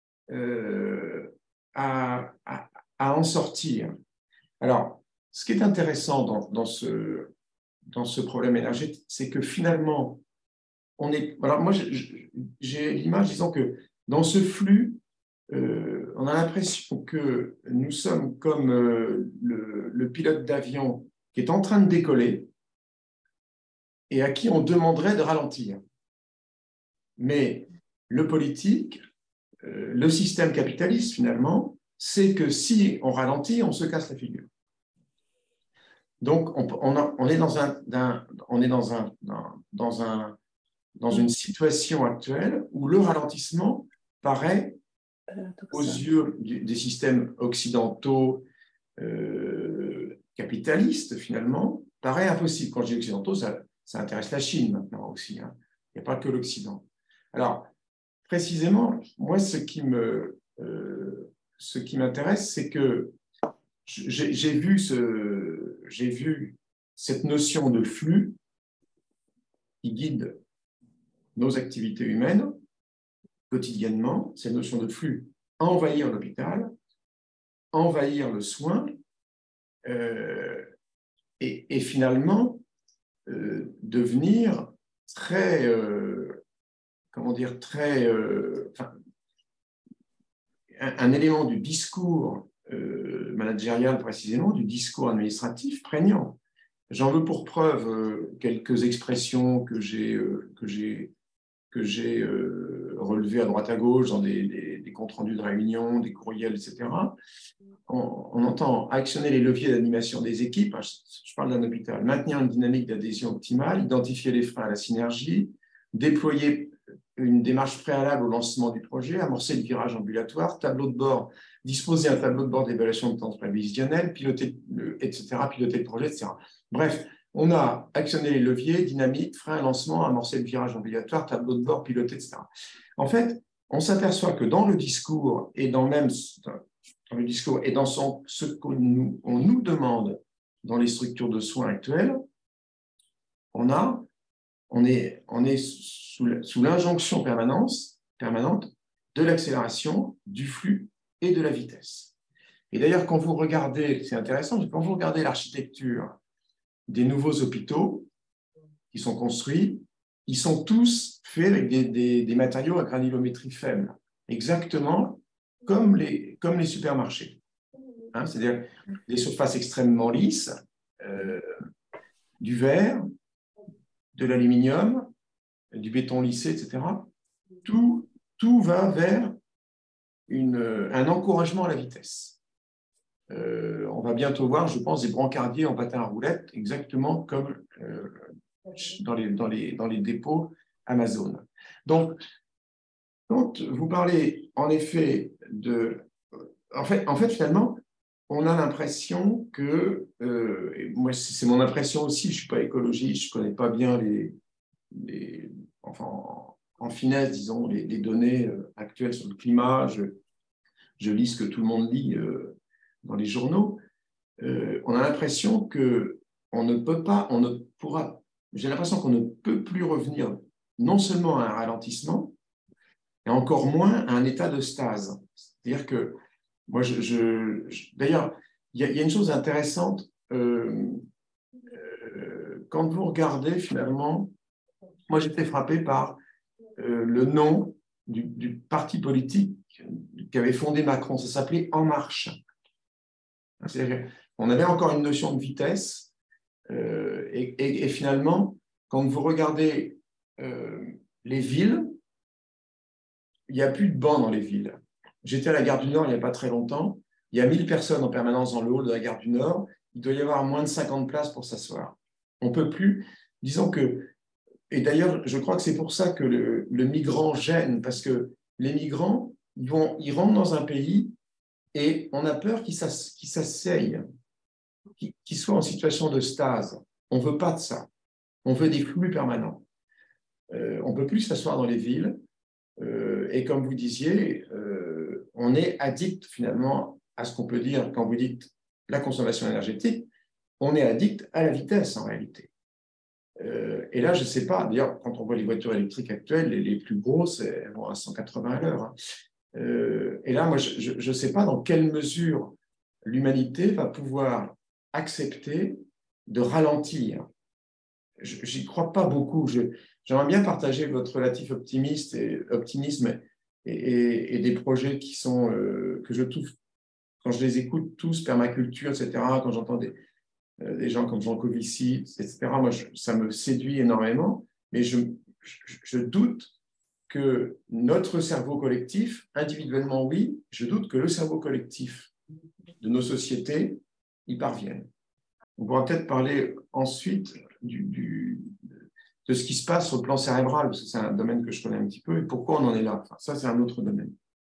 euh, à, à, à en sortir. Alors, ce qui est intéressant dans, dans, ce, dans ce problème énergétique, c'est que finalement, on est. Alors, moi, j'ai l'image, disons que dans ce flux, euh, on a l'impression que nous sommes comme euh, le, le pilote d'avion qui est en train de décoller et à qui on demanderait de ralentir. Mais le politique, euh, le système capitaliste, finalement, c'est que si on ralentit, on se casse la figure. Donc, on, on, a, on est dans un, un, on est dans un, dans un, dans une situation actuelle où le ralentissement paraît, aux yeux du, des systèmes occidentaux euh, capitalistes, finalement, paraît impossible. Quand je dis occidentaux, ça, ça intéresse la Chine maintenant aussi. Hein. Il n'y a pas que l'Occident. Alors, précisément, moi, ce qui me, euh, ce qui m'intéresse, c'est que j'ai vu, ce, j'ai vu cette notion de flux qui guide nos activités humaines quotidiennement, cette notion de flux envahir l'hôpital, envahir le soin, euh, et, et finalement euh, devenir très, euh, comment dire, très, euh, enfin, un, un élément du discours euh, managérial précisément, du discours administratif prégnant. J'en veux pour preuve euh, quelques expressions que j'ai euh, que j'ai que j'ai euh, relevées à droite à gauche dans des, des, des comptes rendus de réunions, des courriels, et cetera. On, on entend actionner les leviers d'animation des équipes, je, je parle d'un hôpital, maintenir une dynamique d'adhésion optimale, identifier les freins à la synergie, déployer une démarche préalable au lancement du projet, amorcer le virage ambulatoire, tableau de bord, disposer un tableau de bord d'évaluation de temps prévisionnel, piloter, et cetera, piloter le projet, et cetera. Bref, on a actionné les leviers, dynamique, frein, lancement, amorcer le virage ambulatoire, tableau de bord, piloter, et cetera. En fait, on s'aperçoit que dans le discours et dans même dans le discours et dans son, ce qu'on nous, on nous demande dans les structures de soins actuelles, on, a, on est, on est sous, sous l'injonction permanente, permanente de l'accélération, du flux et de la vitesse. Et d'ailleurs, quand vous regardez, c'est intéressant, quand vous regardez l'architecture des nouveaux hôpitaux qui sont construits, ils sont tous faits avec des, des, des matériaux à granulométrie faible, exactement comme les, comme les supermarchés. Hein, c'est-à-dire des surfaces extrêmement lisses, euh, du verre, de l'aluminium, du béton lissé, et cetera. Tout, tout va vers une, un encouragement à la vitesse. Euh, on va bientôt voir, je pense, des brancardiers en patin à roulettes, exactement comme euh, dans, les, dans, les, dans les dépôts Amazon. Donc, quand vous parlez, en effet, de... En fait, en fait finalement, on a l'impression que... Euh, et moi, c'est mon impression aussi, je ne suis pas écologiste, je ne connais pas bien les... les enfin, en, en finesse, disons, les, les données euh, actuelles sur le climat. Je, je lis ce que tout le monde lit euh, dans les journaux. Euh, on a l'impression que on ne peut pas, on ne pourra, j'ai l'impression qu'on ne peut plus revenir non seulement à un ralentissement, et encore moins à un état de stase. C'est-à-dire que, moi, je, je, je d'ailleurs, il y, y a une chose intéressante, euh, euh, quand vous regardez finalement, moi j'étais frappé par euh, le nom du, du parti politique qu'avait fondé Macron, ça s'appelait En Marche. C'est-à-dire, on avait encore une notion de vitesse, euh, et, et, et finalement, quand vous regardez euh, les villes, il n'y a plus de bancs dans les villes. J'étais à la gare du Nord il n'y a pas très longtemps, il y a mille personnes en permanence dans le hall de la gare du Nord, il doit y avoir moins de cinquante places pour s'asseoir. On ne peut plus, disons que, et d'ailleurs, je crois que c'est pour ça que le, le migrant gêne, parce que les migrants, ils, vont, ils rentrent dans un pays et on a peur qu'ils s'asseyent, qu'ils soient en situation de stase. On ne veut pas de ça. On veut des flux permanents. Euh, on ne peut plus s'asseoir dans les villes. Euh, et comme vous disiez, euh, on est addict finalement à ce qu'on peut dire, quand vous dites la consommation énergétique, on est addict à la vitesse en réalité. Euh, et là, je ne sais pas, d'ailleurs, quand on voit les voitures électriques actuelles, les, les plus grosses, elles vont à cent quatre-vingts à l'heure. Hein. Euh, et là, moi, je ne sais pas dans quelle mesure l'humanité va pouvoir accepter de ralentir. Je n'y crois pas beaucoup. J'aimerais bien partager votre relatif optimiste et, optimisme et, et, et des projets qui sont, euh, que je trouve, quand je les écoute tous, permaculture, et cetera, quand j'entends des, euh, des gens comme Jean Covici, et cetera, moi, je, ça me séduit énormément, mais je, je, je doute que notre cerveau collectif, individuellement, oui, je doute que le cerveau collectif de nos sociétés y parvienne. On pourra peut-être parler ensuite du, du, de ce qui se passe sur le plan cérébral, parce que c'est un domaine que je connais un petit peu, et pourquoi on en est là. Enfin, ça, c'est un autre domaine.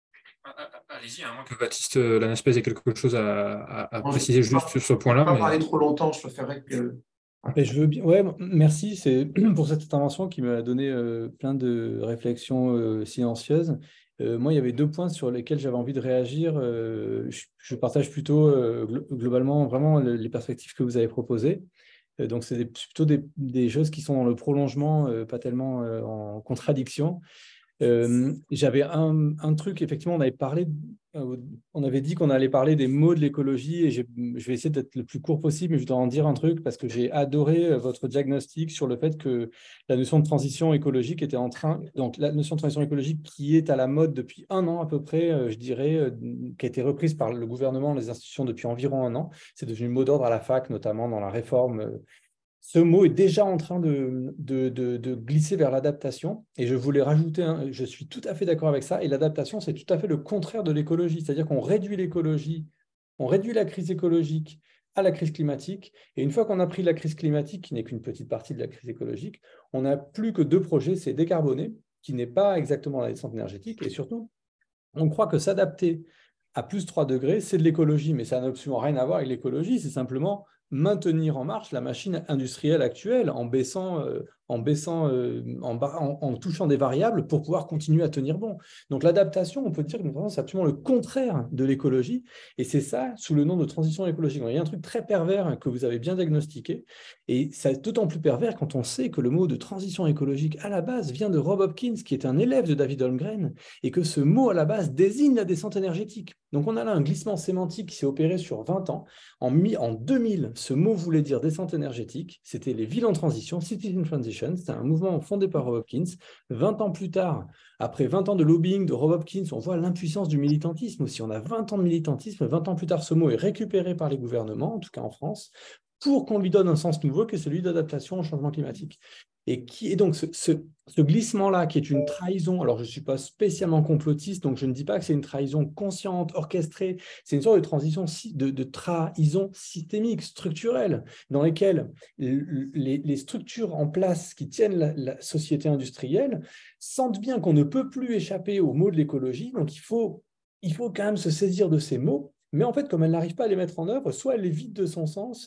Allez-y, à moins que Baptiste Lanaspez ait quelque chose à, à, à préciser juste pas, sur ce point-là. Je ne vais pas mais... parler trop longtemps, je préférerais que... Et je veux bien. Ouais, merci c'est pour cette intervention qui m'a donné euh, plein de réflexions euh, silencieuses. Euh, moi, il y avait deux points sur lesquels j'avais envie de réagir. Euh, je, je partage plutôt euh, globalement vraiment les perspectives que vous avez proposées. Euh, donc, c'est plutôt des, des choses qui sont dans le prolongement, euh, pas tellement euh, en contradiction. Euh, j'avais un, un truc, effectivement, on avait parlé, euh, on avait dit qu'on allait parler des mots de l'écologie et je vais essayer d'être le plus court possible, mais je dois en dire un truc parce que j'ai adoré votre diagnostic sur le fait que la notion de transition écologique était en train, donc la notion de transition écologique qui est à la mode depuis un an à peu près, euh, je dirais, euh, qui a été reprise par le gouvernement, les institutions depuis environ un an. C'est devenu mot d'ordre à la fac, notamment dans la réforme. Euh, Ce mot est déjà en train de, de, de, de glisser vers l'adaptation. Et je voulais rajouter, un, je suis tout à fait d'accord avec ça. Et l'adaptation, c'est tout à fait le contraire de l'écologie. C'est-à-dire qu'on réduit l'écologie, on réduit la crise écologique à la crise climatique. Et une fois qu'on a pris la crise climatique, qui n'est qu'une petite partie de la crise écologique, on n'a plus que deux projets, c'est décarboner, qui n'est pas exactement la descente énergétique. Et surtout, on croit que s'adapter à plus trois degrés, c'est de l'écologie. Mais ça n'a absolument rien à voir avec l'écologie. C'est simplement maintenir en marche la machine industrielle actuelle en baissant, euh, en, baissant euh, en, en, en touchant des variables pour pouvoir continuer à tenir bon. Donc l'adaptation, on peut dire que c'est absolument le contraire de l'écologie et c'est ça sous le nom de transition écologique. Donc, il y a un truc très pervers que vous avez bien diagnostiqué et c'est d'autant plus pervers quand on sait que le mot de transition écologique à la base vient de Rob Hopkins qui est un élève de David Holmgren et que ce mot à la base désigne la descente énergétique. Donc on a là un glissement sémantique qui s'est opéré sur vingt ans. En, en deux mille, ce mot voulait dire descente énergétique. C'était les villes en transition, Cities in Transition. C'était un mouvement fondé par Rob Hopkins. vingt ans plus tard, après vingt ans de lobbying de Rob Hopkins, on voit l'impuissance du militantisme aussi. On a vingt ans de militantisme. vingt ans plus tard, ce mot est récupéré par les gouvernements, en tout cas en France, pour qu'on lui donne un sens nouveau, qui est celui d'adaptation au changement climatique. Et qui est donc ce, ce, ce glissement-là, qui est une trahison. Alors, je ne suis pas spécialement complotiste, donc je ne dis pas que c'est une trahison consciente, orchestrée. C'est une sorte de transition, de, de trahison systémique, structurelle, dans lesquelles les, les structures en place qui tiennent la, la société industrielle sentent bien qu'on ne peut plus échapper aux mots de l'écologie. Donc, il faut, il faut quand même se saisir de ces mots. Mais en fait, comme elle n'arrive pas à les mettre en œuvre, soit elle les vide de son sens,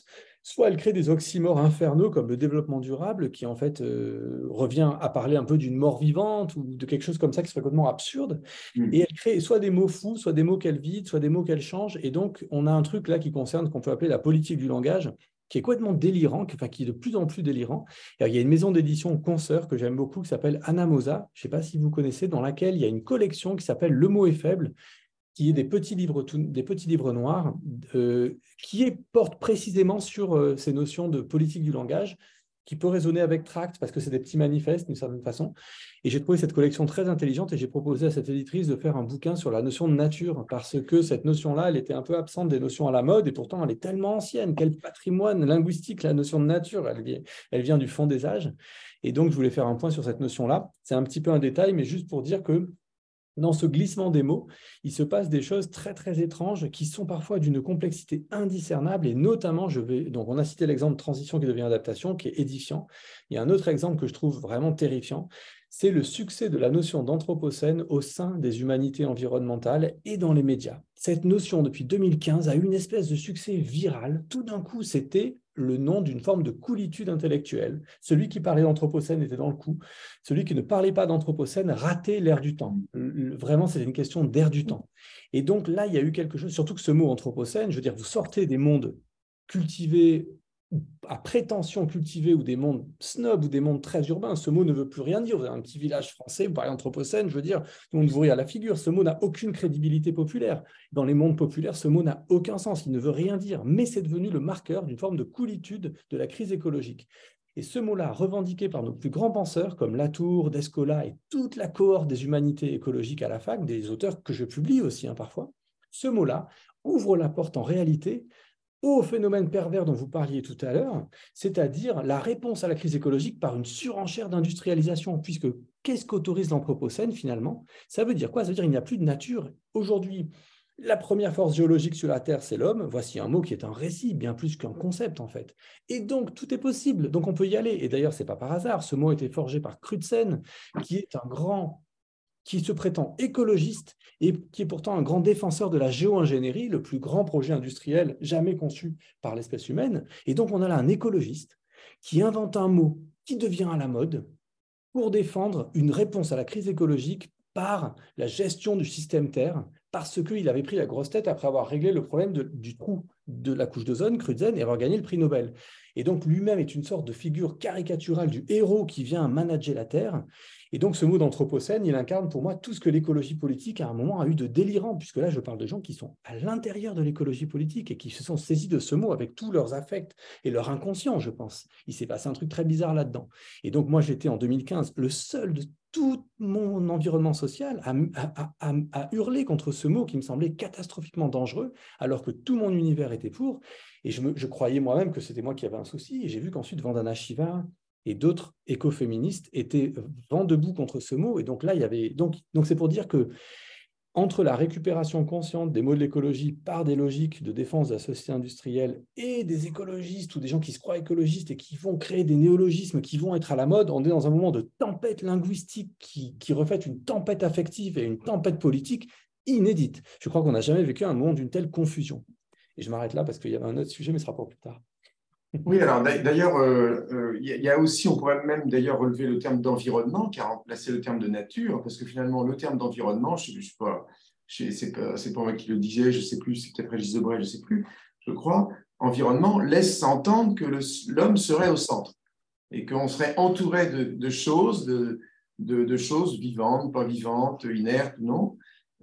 soit elle crée des oxymores infernaux comme le développement durable, qui en fait euh, revient à parler un peu d'une mort vivante ou de quelque chose comme ça qui serait complètement absurde. Mmh. Et elle crée soit des mots fous, soit des mots qu'elle vide, soit des mots qu'elle change. Et donc, on a un truc là qui concerne, qu'on peut appeler la politique du langage, qui est complètement délirant, qui, enfin, qui est de plus en plus délirant. Et il y a une maison d'édition consoeur que j'aime beaucoup qui s'appelle Anamosa, je ne sais pas si vous connaissez, dans laquelle il y a une collection qui s'appelle Le mot est faible, qui est des petits livres, des petits livres noirs, euh, qui est, porte précisément sur euh, ces notions de politique du langage, qui peut résonner avec Tract, parce que c'est des petits manifestes d'une certaine façon. Et j'ai trouvé cette collection très intelligente, et j'ai proposé à cette éditrice de faire un bouquin sur la notion de nature, parce que cette notion-là, elle était un peu absente des notions à la mode, et pourtant elle est tellement ancienne. Quel patrimoine linguistique, la notion de nature, elle vient, elle vient du fond des âges. Et donc, je voulais faire un point sur cette notion-là. C'est un petit peu un détail, mais juste pour dire que dans ce glissement des mots, il se passe des choses très, très étranges qui sont parfois d'une complexité indiscernable et notamment, je vais, donc on a cité l'exemple de transition qui devient adaptation, qui est édifiant. Il y a un autre exemple que je trouve vraiment terrifiant, c'est le succès de la notion d'anthropocène au sein des humanités environnementales et dans les médias. Cette notion, depuis deux mille quinze, a eu une espèce de succès viral. Tout d'un coup, c'était le nom d'une forme de coolitude intellectuelle. Celui qui parlait d'anthropocène était dans le coup. Celui qui ne parlait pas d'anthropocène ratait l'air du temps. Vraiment, c'était une question d'air du temps. Et donc là, il y a eu quelque chose, surtout que ce mot anthropocène, je veux dire, vous sortez des mondes cultivés, à prétention cultivée, ou des mondes snobs, ou des mondes très urbains. Ce mot ne veut plus rien dire. Vous avez un petit village français, vous parlez anthropocène, je veux dire, tout le monde vous rit à la figure. Ce mot n'a aucune crédibilité populaire. Dans les mondes populaires, ce mot n'a aucun sens. Il ne veut rien dire. Mais c'est devenu le marqueur d'une forme de coolitude de la crise écologique. Et ce mot-là, revendiqué par nos plus grands penseurs, comme Latour, Descola et toute la cohorte des humanités écologiques à la fac, des auteurs que je publie aussi hein, parfois, ce mot-là ouvre la porte en réalité au phénomène pervers dont vous parliez tout à l'heure, c'est-à-dire la réponse à la crise écologique par une surenchère d'industrialisation, puisque qu'est-ce qu'autorise l'anthropocène finalement? Ça veut dire quoi? Ça veut dire qu'il n'y a plus de nature. Aujourd'hui, la première force géologique sur la Terre, c'est l'homme. Voici un mot qui est un récit, bien plus qu'un concept en fait. Et donc, tout est possible, donc on peut y aller. Et d'ailleurs, ce n'est pas par hasard, ce mot a été forgé par Crutzen, qui est un grand... qui se prétend écologiste et qui est pourtant un grand défenseur de la géo-ingénierie, le plus grand projet industriel jamais conçu par l'espèce humaine. Et donc, on a là un écologiste qui invente un mot qui devient à la mode pour défendre une réponse à la crise écologique par la gestion du système Terre, parce qu'il avait pris la grosse tête après avoir réglé le problème de, du trou de la couche d'ozone, Crutzen, et avoir gagné le prix Nobel. Et donc, lui-même est une sorte de figure caricaturale du héros qui vient manager la Terre. Et donc, ce mot d'anthropocène, il incarne pour moi tout ce que l'écologie politique, à un moment, a eu de délirant, puisque là, je parle de gens qui sont à l'intérieur de l'écologie politique et qui se sont saisis de ce mot avec tous leurs affects et leur inconscient, je pense. Il s'est passé un truc très bizarre là-dedans. Et donc, moi, j'étais en deux mille quinze le seul de tout mon environnement social à, à, à, à hurler contre ce mot qui me semblait catastrophiquement dangereux, alors que tout mon univers était pour. Et je, me, je croyais moi-même que c'était moi qui avais un souci. Et j'ai vu qu'ensuite, Vandana Shiva et d'autres écoféministes étaient vent debout contre ce mot. Et donc là, il y avait... Donc, donc c'est pour dire que entre la récupération consciente des mots de l'écologie par des logiques de défense de la société industrielle et des écologistes ou des gens qui se croient écologistes et qui vont créer des néologismes qui vont être à la mode, on est dans un moment de tempête linguistique qui, qui reflète une tempête affective et une tempête politique inédite. Je crois qu'on n'a jamais vécu un moment d'une telle confusion. Et je m'arrête là parce qu'il y avait un autre sujet, mais ce sera pour plus tard. Oui, alors d'ailleurs, il euh, euh, y, y a aussi, on pourrait même d'ailleurs relever le terme d'environnement qui a remplacé le terme de nature, parce que finalement, le terme d'environnement, je ne sais pas, c'est pas, pas moi qui le disais, je ne sais plus, c'est peut-être Régis Debray, je ne sais plus, je crois, environnement laisse entendre que l'homme serait au centre et qu'on serait entouré de, de choses, de, de, de choses vivantes, pas vivantes, inertes, non,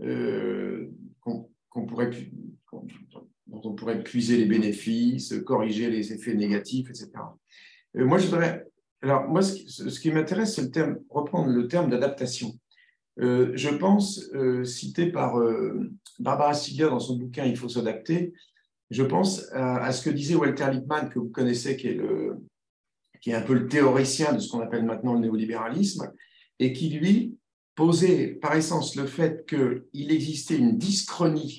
euh, qu'on qu'on pourrait... Qu dont on pourrait puiser les bénéfices, corriger les effets négatifs, et cetera. Euh, moi, je voudrais... Alors, moi, ce qui, ce qui m'intéresse, c'est le terme, reprendre le terme d'adaptation. Euh, je pense, euh, cité par euh, Barbara Stiegler dans son bouquin « Il faut s'adapter », je pense à, à ce que disait Walter Lippmann, que vous connaissez, qui est, le, qui est un peu le théoricien de ce qu'on appelle maintenant le néolibéralisme, et qui, lui, posait par essence le fait qu'il existait une dyschronie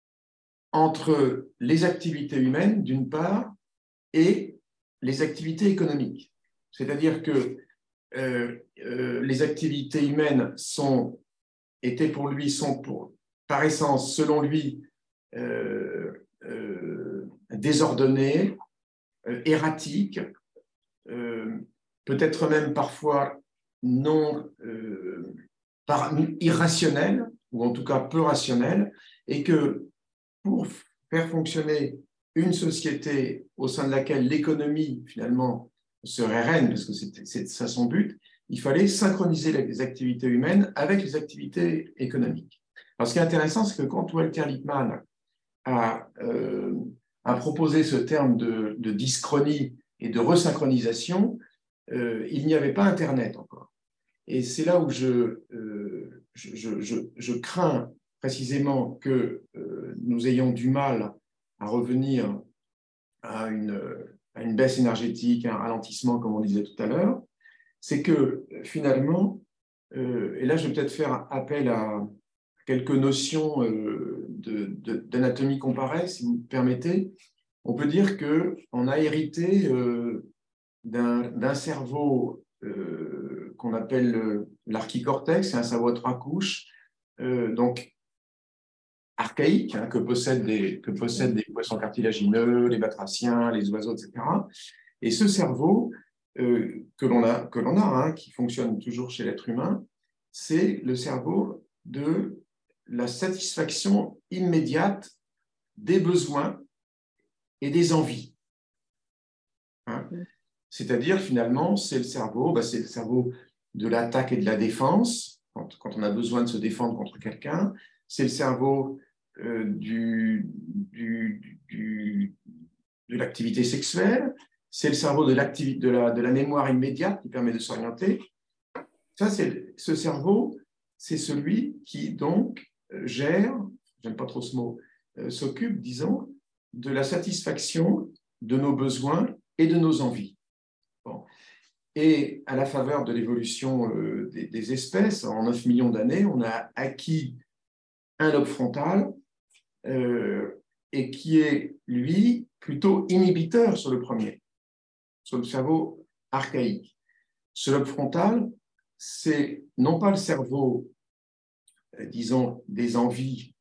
entre les activités humaines, d'une part, et les activités économiques. C'est-à-dire que euh, euh, les activités humaines sont, étaient pour lui, sont pour, par essence, selon lui, euh, euh, désordonnées, euh, erratique, euh, peut-être même parfois non euh, par, irrationnel, ou en tout cas peu rationnel, et que pour faire fonctionner une société au sein de laquelle l'économie, finalement, serait reine, parce que c'est ça son but, il fallait synchroniser les activités humaines avec les activités économiques. Alors, ce qui est intéressant, c'est que quand Walter Lippmann a, euh, a proposé ce terme de, de dyschronie et de resynchronisation, euh, il n'y avait pas Internet encore. Et c'est là où je, euh, je, je, je crains précisément que euh, nous ayons du mal à revenir à une, à une baisse énergétique, à un ralentissement, comme on disait tout à l'heure. C'est que finalement, euh, et là je vais peut-être faire appel à quelques notions euh, d'anatomie comparée, si vous me permettez. On peut dire qu'on a hérité euh, d'un cerveau euh, qu'on appelle l'archicortex, c'est un cerveau à trois couches, euh, donc archaïque, hein, que, possèdent des, que possèdent des poissons cartilagineux, les batraciens, les oiseaux, et cetera. Et ce cerveau euh, que l'on a, que l'on a hein, qui fonctionne toujours chez l'être humain, c'est le cerveau de la satisfaction immédiate des besoins et des envies. Hein. C'est-à-dire, finalement, c'est le cerveau, bah, c'est le cerveau de l'attaque et de la défense, quand, quand on a besoin de se défendre contre quelqu'un. C'est le cerveau euh, du, du, du, de l'activité sexuelle. C'est le cerveau de, de, la, de la mémoire immédiate qui permet de s'orienter. Ça, c'est ce cerveau, c'est celui qui, donc, gère, j'aime pas trop ce mot, euh, s'occupe, disons, de la satisfaction de nos besoins et de nos envies. Bon. Et à la faveur de l'évolution euh, des, des espèces, en neuf millions d'années, on a acquis un lobe frontal euh, et qui est, lui, plutôt inhibiteur sur le premier, sur le cerveau archaïque. Ce lobe frontal, c'est non pas le cerveau, euh, disons, des envies,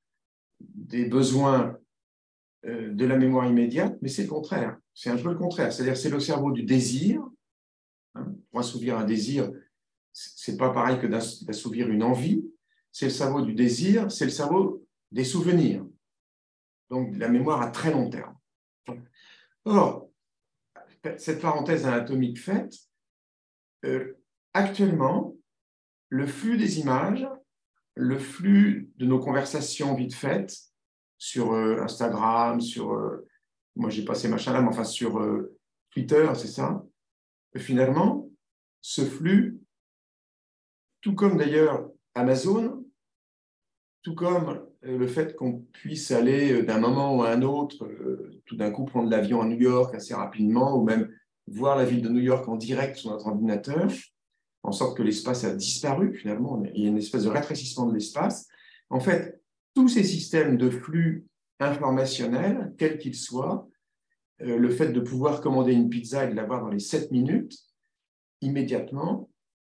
des besoins, euh, de la mémoire immédiate, mais c'est le contraire. C'est un peu le contraire. C'est-à-dire c'est le cerveau du désir. Hein, pour assouvir un désir, c'est pas pareil que d'assouvir une envie. C'est le cerveau du désir, c'est le cerveau des souvenirs. Donc, la mémoire à très long terme. Or, cette parenthèse anatomique faite, euh, actuellement, le flux des images, le flux de nos conversations vite faites sur euh, Instagram, sur, euh, moi j'ai passé machin là, mais enfin sur euh, Twitter, c'est ça. Et finalement, ce flux, tout comme d'ailleurs Amazon, tout comme euh, le fait qu'on puisse aller d'un moment à un autre, euh, tout d'un coup prendre l'avion à New York assez rapidement, ou même voir la ville de New York en direct sur notre ordinateur, en sorte que l'espace a disparu, finalement, il y a une espèce de rétrécissement de l'espace. En fait, tous ces systèmes de flux informationnels, quels qu'ils soient, euh, le fait de pouvoir commander une pizza et de l'avoir dans les sept minutes, immédiatement,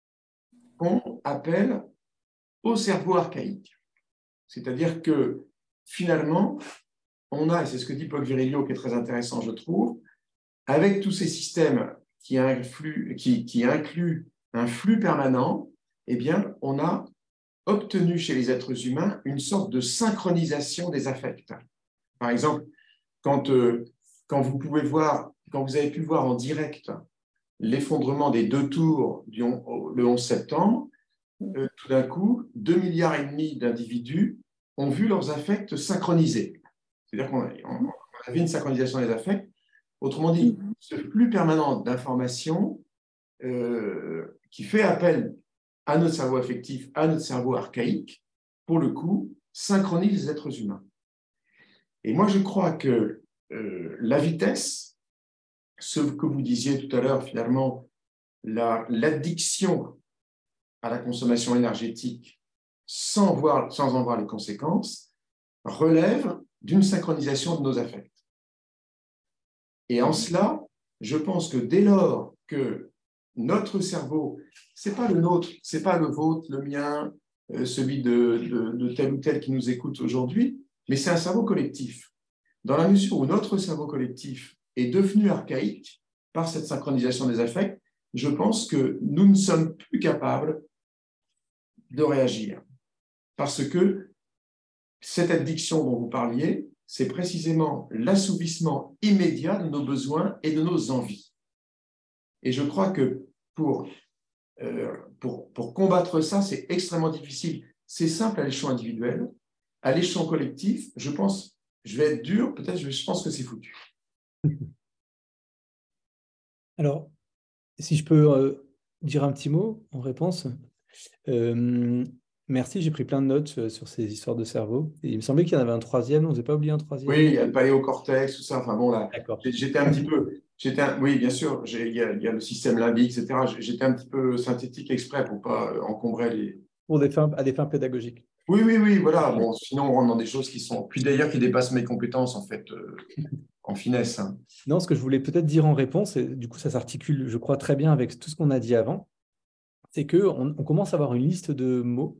on appelle au cerveau archaïque. C'est-à-dire que, finalement, on a, et c'est ce que dit Paul Virilio, qui est très intéressant, je trouve, avec tous ces systèmes qui, influent, qui, qui incluent un flux permanent, eh bien, on a obtenu chez les êtres humains une sorte de synchronisation des affects. Par exemple, quand, euh, quand vous pouvez voir, quand vous avez pu voir en direct l'effondrement des deux tours du, le onze septembre, euh, tout d'un coup, deux milliards et demi d'individus ont vu leurs affects synchronisés. C'est-à-dire qu'on avait une synchronisation des affects. Autrement dit, ce flux permanent d'informations euh, qui fait appel à notre cerveau affectif, à notre cerveau archaïque, pour le coup, synchronise les êtres humains. Et moi, je crois que euh, la vitesse, ce que vous disiez tout à l'heure, finalement, l'addiction à la consommation énergétique sans, voir, sans en voir les conséquences, relève d'une synchronisation de nos affects. Et en cela, je pense que dès lors que notre cerveau, ce n'est pas le nôtre, ce n'est pas le vôtre, le mien, euh, celui de, de, de tel ou tel qui nous écoute aujourd'hui, mais c'est un cerveau collectif. Dans la mesure où notre cerveau collectif est devenu archaïque par cette synchronisation des affects, je pense que nous ne sommes plus capables de réagir. Parce que cette addiction dont vous parliez, c'est précisément l'assouvissement immédiat de nos besoins et de nos envies. Et je crois que pour, euh, pour, pour combattre ça, c'est extrêmement difficile. C'est simple à l'échelon individuel. À l'échelon collectif, je pense, je vais être dur, peut-être je, je pense que c'est foutu. Alors, si je peux euh, dire un petit mot en réponse. Euh, merci, j'ai pris plein de notes euh, sur ces histoires de cerveau. Et il me semblait qu'il y en avait un troisième, on ne s'est pas oublié un troisième. Oui, il y a le paléocortex, tout ça. Enfin bon, là, j'étais un petit peu... J'étais un, oui, bien sûr, il y, a, il y a le système limbique, et cetera. J'étais un petit peu synthétique exprès pour ne pas encombrer les... Pour des fins, à des fins pédagogiques. Oui, oui, oui, voilà. Bon, sinon, on rentre dans des choses qui sont... Puis d'ailleurs, qui dépassent mes compétences, en fait, euh, en finesse. Hein. Non, ce que je voulais peut-être dire en réponse, et du coup, ça s'articule, je crois, très bien avec tout ce qu'on a dit avant, c'est qu'on on commence à avoir une liste de mots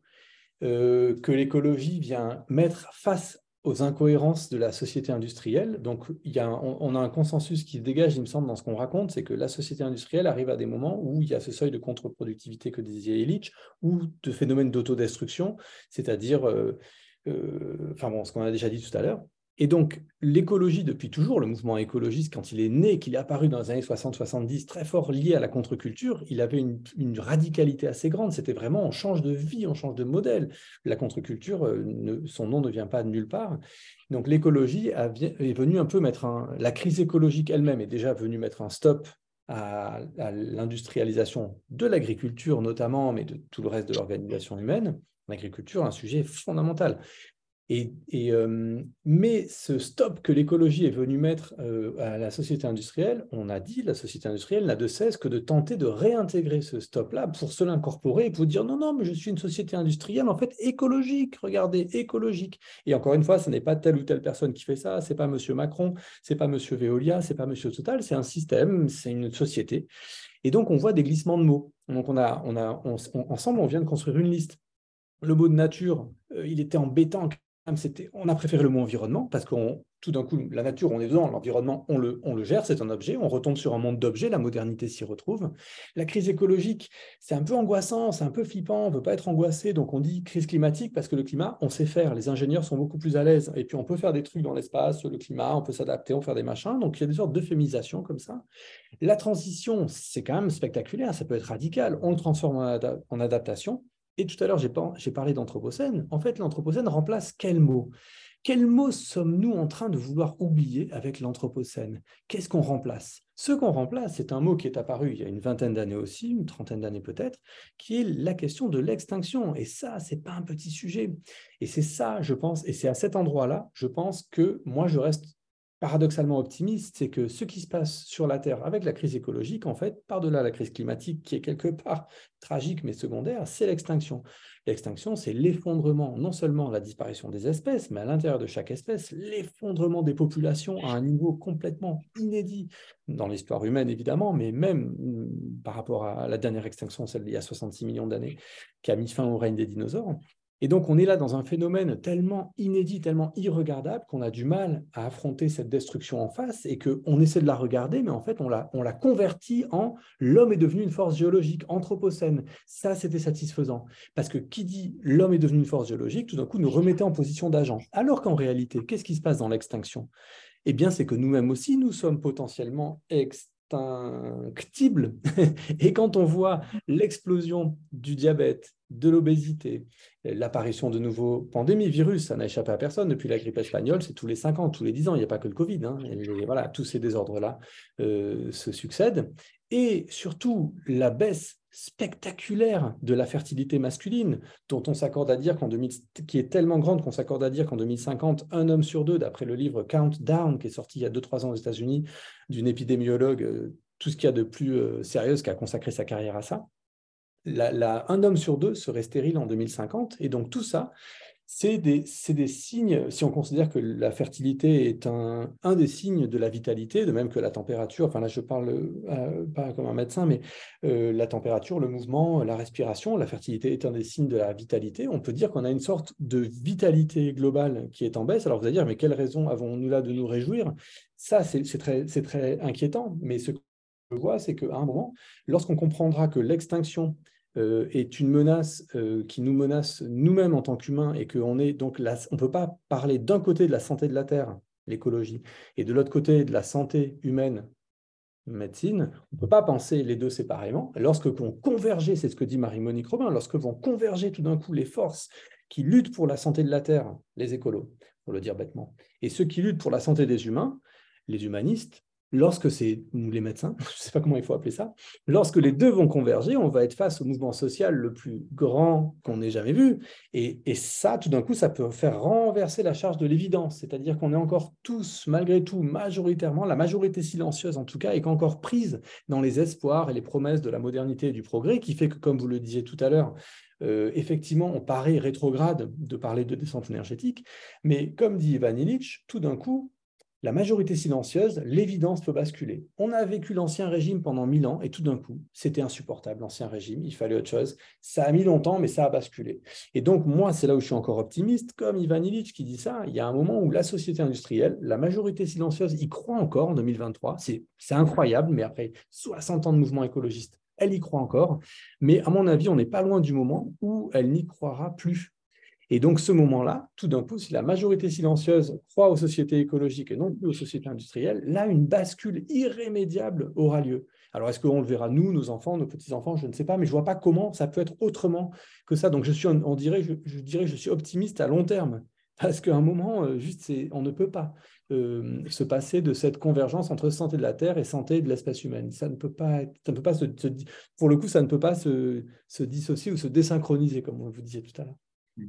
euh, que l'écologie vient mettre face aux incohérences de la société industrielle. Donc, il y a un, on a un consensus qui se dégage, il me semble, dans ce qu'on raconte, c'est que la société industrielle arrive à des moments où il y a ce seuil de contre-productivité que disait Illich, ou de phénomène d'autodestruction, c'est-à-dire, euh, euh, enfin bon, ce qu'on a déjà dit tout à l'heure. Et donc, l'écologie, depuis toujours, le mouvement écologiste, quand il est né, qu'il est apparu dans les années soixante soixante-dix, très fort lié à la contre-culture, il avait une, une radicalité assez grande. C'était vraiment, on change de vie, on change de modèle. La contre-culture, euh, ne, son nom ne vient pas de nulle part. Donc, l'écologie a, est venue un peu mettre un... La crise écologique elle-même est déjà venue mettre un stop à, à l'industrialisation de l'agriculture notamment, mais de tout le reste de l'organisation humaine. L'agriculture, un sujet fondamental. Et, et, euh, mais ce stop que l'écologie est venue mettre euh, à la société industrielle, on a dit, la société industrielle n'a de cesse que de tenter de réintégrer ce stop-là pour se l'incorporer et pour dire non, non, mais je suis une société industrielle en fait écologique, regardez, écologique. Et encore une fois, ce n'est pas telle ou telle personne qui fait ça, ce n'est pas M. Macron, ce n'est pas M. Veolia, ce n'est pas M. Total, c'est un système, c'est une société. Et donc, on voit des glissements de mots. Donc, on a, on a, on, on, ensemble, on vient de construire une liste. Le mot de nature, euh, il était embêtant. On a préféré le mot environnement parce que tout d'un coup, la nature, on est dedans, l'environnement, on le, on le gère, c'est un objet, on retombe sur un monde d'objets, la modernité s'y retrouve. La crise écologique, c'est un peu angoissant, c'est un peu flippant, on ne veut pas être angoissé, donc on dit crise climatique parce que le climat, on sait faire, les ingénieurs sont beaucoup plus à l'aise, et puis on peut faire des trucs dans l'espace, le climat, on peut s'adapter, on peut faire des machins, donc il y a des sortes d'euphémisation comme ça. La transition, c'est quand même spectaculaire, ça peut être radical, on le transforme en, ad en adaptation. Et tout à l'heure, j'ai parlé d'anthropocène. En fait, l'anthropocène remplace quel mot? Quel mot sommes-nous en train de vouloir oublier avec l'anthropocène? Qu'est-ce qu'on remplace? Ce qu'on remplace, c'est un mot qui est apparu il y a une vingtaine d'années aussi, une trentaine d'années peut-être, qui est la question de l'extinction. Et ça, ce n'est pas un petit sujet. Et c'est ça, je pense, et c'est à cet endroit-là, je pense que moi, je reste paradoxalement optimiste, c'est que ce qui se passe sur la Terre avec la crise écologique, en fait, par-delà la crise climatique qui est quelque part tragique mais secondaire, c'est l'extinction. L'extinction, c'est l'effondrement, non seulement la disparition des espèces, mais à l'intérieur de chaque espèce, l'effondrement des populations à un niveau complètement inédit dans l'histoire humaine, évidemment, mais même par rapport à la dernière extinction, celle d'il y a soixante-six millions d'années, qui a mis fin au règne des dinosaures. Et donc, on est là dans un phénomène tellement inédit, tellement irregardable qu'on a du mal à affronter cette destruction en face et qu'on essaie de la regarder, mais en fait, on l'a, on l'a converti en l'homme est devenu une force géologique, anthropocène. Ça, c'était satisfaisant. Parce que qui dit l'homme est devenu une force géologique, tout d'un coup, nous remettait en position d'agent. Alors qu'en réalité, qu'est-ce qui se passe dans l'extinction? Eh bien, c'est que nous-mêmes aussi, nous sommes potentiellement extinctibles. Et quand on voit l'explosion du diabète, de l'obésité, l'apparition de nouveaux pandémies, virus, ça n'a échappé à personne. Depuis la grippe espagnole, c'est tous les cinq ans, tous les dix ans. Il n'y a pas que le Covid. Hein. Et voilà, tous ces désordres-là euh, se succèdent. Et surtout, la baisse spectaculaire de la fertilité masculine, dont on s'accorde à dire qu'en deux mille, qui est tellement grande qu'on s'accorde à dire qu'en deux mille cinquante, un homme sur deux, d'après le livre Countdown, qui est sorti il y a deux trois ans aux États-Unis, d'une épidémiologue, euh, tout ce qu'il y a de plus euh, sérieuse, qui a consacré sa carrière à ça. La, la, un homme sur deux serait stérile en deux mille cinquante, et donc tout ça, c'est des, c'est des signes, si on considère que la fertilité est un, un des signes de la vitalité, de même que la température, enfin là je parle euh, pas comme un médecin, mais euh, la température, le mouvement, la respiration, la fertilité est un des signes de la vitalité. On peut dire qu'on a une sorte de vitalité globale qui est en baisse. Alors vous allez dire, mais quelle raison avons-nous là de nous réjouir? Ça, c'est très, c'est très inquiétant, mais ce que je vois, c'est qu'à un moment, lorsqu'on comprendra que l'extinction Euh, est une menace euh, qui nous menace nous-mêmes en tant qu'humains et qu'on est donc là, on ne peut pas parler d'un côté de la santé de la Terre, l'écologie, et de l'autre côté de la santé humaine, médecine, on ne peut pas penser les deux séparément. Lorsque vont converger, c'est ce que dit Marie-Monique Robin, lorsque vont converger tout d'un coup les forces qui luttent pour la santé de la Terre, les écolos, pour le dire bêtement, et ceux qui luttent pour la santé des humains, les humanistes, lorsque c'est les médecins, je ne sais pas comment il faut appeler ça, lorsque les deux vont converger, on va être face au mouvement social le plus grand qu'on ait jamais vu. Et, et ça, tout d'un coup, ça peut faire renverser la charge de l'évidence. C'est-à-dire qu'on est encore tous, malgré tout, majoritairement, la majorité silencieuse en tout cas, est encore prise dans les espoirs et les promesses de la modernité et du progrès, qui fait que, comme vous le disiez tout à l'heure, euh, effectivement, on paraît rétrograde de parler de descente énergétique. Mais comme dit Ivan Illich, tout d'un coup, la majorité silencieuse, l'évidence peut basculer. On a vécu l'Ancien Régime pendant mille ans et tout d'un coup, c'était insupportable, l'Ancien Régime, il fallait autre chose. Ça a mis longtemps, mais ça a basculé. Et donc, moi, c'est là où je suis encore optimiste, comme Ivan Illich qui dit ça. Il y a un moment où la société industrielle, la majorité silencieuse, y croit encore en deux mille vingt-trois. C'est incroyable, mais après soixante ans de mouvement écologiste, elle y croit encore. Mais à mon avis, on n'est pas loin du moment où elle n'y croira plus. Et donc, ce moment-là, tout d'un coup, si la majorité silencieuse croit aux sociétés écologiques et non plus aux sociétés industrielles, là, une bascule irrémédiable aura lieu. Alors, est-ce qu'on le verra, nous, nos enfants, nos petits-enfants? Je ne sais pas, mais je ne vois pas comment ça peut être autrement que ça. Donc, je, suis, on dirait, je, je dirais que je suis optimiste à long terme, parce qu'à un moment, juste, on ne peut pas euh, se passer de cette convergence entre santé de la Terre et santé de l'espèce humaine. Ça ne peut pas, être, ça ne peut pas se, se, pour le coup, ça ne peut pas se, se dissocier ou se désynchroniser, comme on vous disait tout à l'heure.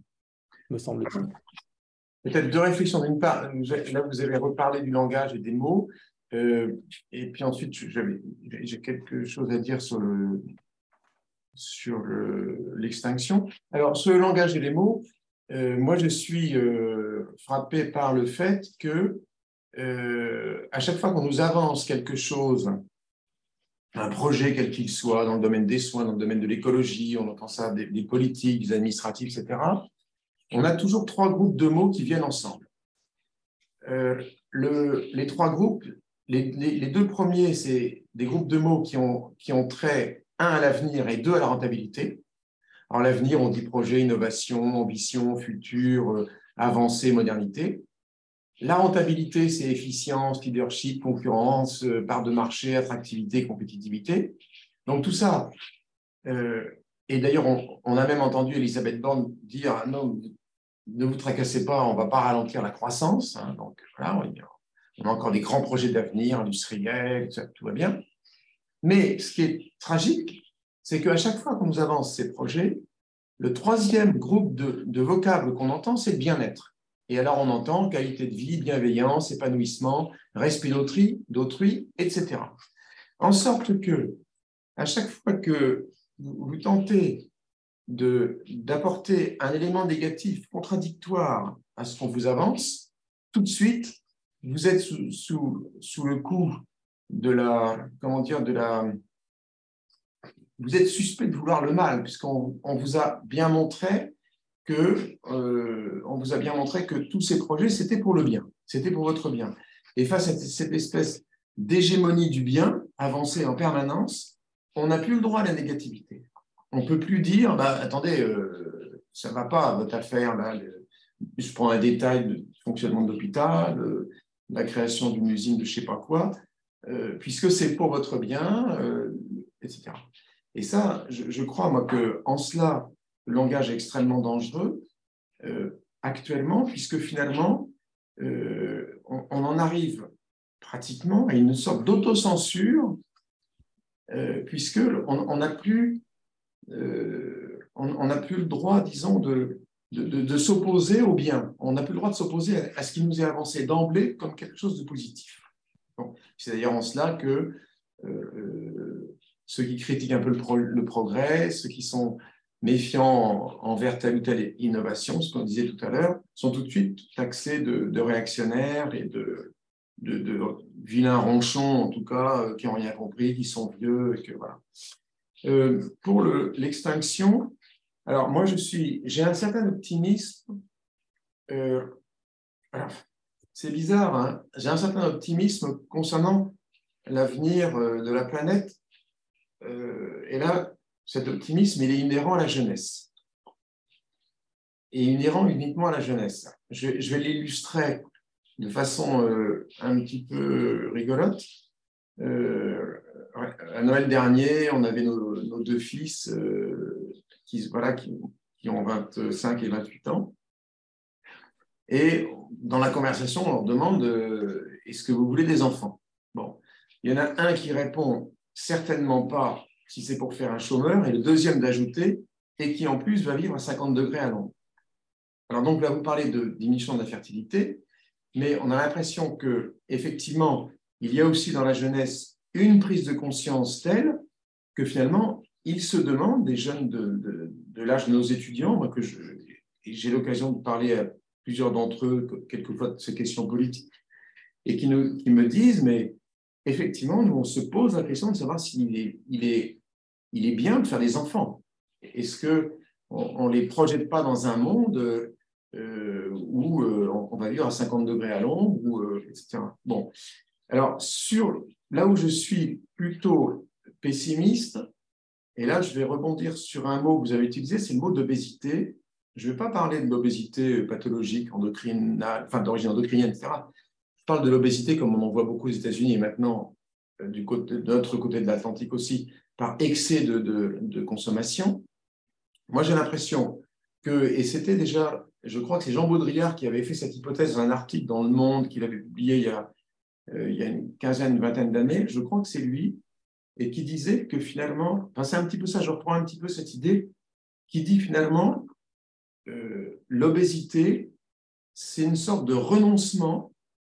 Me semble-t-il. Peut-être deux réflexions. D'une part, là, vous avez reparlé du langage et des mots. Euh, et puis ensuite, j'ai quelque chose à dire sur le sur l'extinction. Le, Alors, sur le langage et les mots, euh, moi, je suis euh, frappé par le fait que euh, à chaque fois qu'on nous avance quelque chose, un projet quel qu'il soit, dans le domaine des soins, dans le domaine de l'écologie, on entend ça des, des politiques, des administratifs, et cetera, on a toujours trois groupes de mots qui viennent ensemble. Euh, le, les trois groupes, les, les, les deux premiers, c'est des groupes de mots qui ont, qui ont trait, un, à l'avenir et deux, à la rentabilité. Alors, l'avenir, on dit projet, innovation, ambition, futur, euh, avancée, modernité. La rentabilité, c'est efficience, leadership, concurrence, euh, part de marché, attractivité, compétitivité. Donc, tout ça. Euh, et d'ailleurs, on, on a même entendu Elisabeth Borne dire « Non, ne vous tracassez pas, on ne va pas ralentir la croissance. Hein, » Donc, voilà, on a encore des grands projets d'avenir industriels, tout va bien. Mais ce qui est tragique, c'est qu'à chaque fois qu'on nous avance ces projets, le troisième groupe de, de vocables qu'on entend, c'est le bien-être. Et alors, on entend qualité de vie, bienveillance, épanouissement, respect d'autrui, et cetera. En sorte que, à chaque fois que vous, vous tentez d'apporter un élément négatif, contradictoire à ce qu'on vous avance, tout de suite, vous êtes sous, sous, sous le coup de la, comment dire, de la, vous êtes suspect de vouloir le mal, puisqu'on on vous a bien montré que, euh, on vous a bien montré que tous ces projets, c'était pour le bien, c'était pour votre bien. Et face à cette espèce d'hégémonie du bien, avancée en permanence, on n'a plus le droit à la négativité. On ne peut plus dire, bah, attendez, euh, ça ne va pas, votre affaire, là, le, je prends un détail du fonctionnement de l'hôpital, euh, la création d'une usine de je ne sais pas quoi, euh, puisque c'est pour votre bien, euh, et cetera. Et ça, je, je crois, moi, qu'en cela, le langage est extrêmement dangereux euh, actuellement, puisque finalement, euh, on, on en arrive pratiquement à une sorte d'autocensure, euh, puisqu'on n'a plus, euh, on n'a plus le droit, disons, de, de, de, de s'opposer au bien. On n'a plus le droit de s'opposer à, à ce qui nous est avancé d'emblée comme quelque chose de positif. Bon, c'est d'ailleurs en cela que euh, ceux qui critiquent un peu le, pro, le progrès, ceux qui sont méfiants envers telle ou telle innovation, ce qu'on disait tout à l'heure, sont tout de suite taxés de, de réactionnaires et de, de, de vilains ronchons, en tout cas, qui n'ont rien compris, qui sont vieux, et que voilà. Euh, pour le, l'extinction, alors moi, je suis, j'ai un certain optimisme. Euh, alors, c'est bizarre, hein, j'ai un certain optimisme concernant l'avenir de la planète. Euh, et là, cet optimisme, il est inhérent à la jeunesse. Et inhérent uniquement à la jeunesse. Je, je vais l'illustrer de façon euh, un petit peu rigolote. Euh, à Noël dernier, on avait nos, nos deux fils euh, qui, voilà, qui, qui ont vingt-cinq et vingt-huit ans. Et dans la conversation, on leur demande euh, « Est-ce que vous voulez des enfants ?» Bon, il y en a un qui répond « Certainement pas, si c'est pour faire un chômeur », et le deuxième d'ajouter « et qui en plus va vivre à cinquante degrés à l'ombre ». Alors donc là, vous parlez de diminution de la fertilité, mais on a l'impression qu'effectivement, il y a aussi dans la jeunesse une prise de conscience telle que finalement, ils se demandent, des jeunes de, de, de l'âge de nos étudiants, moi que je, j'ai l'occasion de parler à plusieurs d'entre eux, quelquefois de ces questions politiques, et qui, nous, qui me disent, mais effectivement, nous, on se pose la question de savoir s'il est, il est, il est bien de faire des enfants. Est-ce qu'on ne les projette pas dans un monde euh, où euh, on va vivre à cinquante degrés à l'ombre, ou, euh, et cetera. Bon, alors, sur, là où je suis plutôt pessimiste, et là, je vais rebondir sur un mot que vous avez utilisé, c'est le mot d'obésité. Je ne vais pas parler de l'obésité pathologique, endocrinale, enfin d'origine endocrinienne, et cetera. Je parle de l'obésité comme on en voit beaucoup aux États-Unis et maintenant du côté, de notre côté de l'Atlantique aussi, par excès de, de, de consommation. Moi, j'ai l'impression que, et c'était déjà, je crois que c'est Jean Baudrillard qui avait fait cette hypothèse dans un article dans Le Monde qu'il avait publié il y a, euh, il y a une quinzaine, une vingtaine d'années, je crois que c'est lui, et qui disait que finalement, enfin c'est un petit peu ça, je reprends un petit peu cette idée, qui dit finalement, euh, l'obésité, c'est une sorte de renoncement,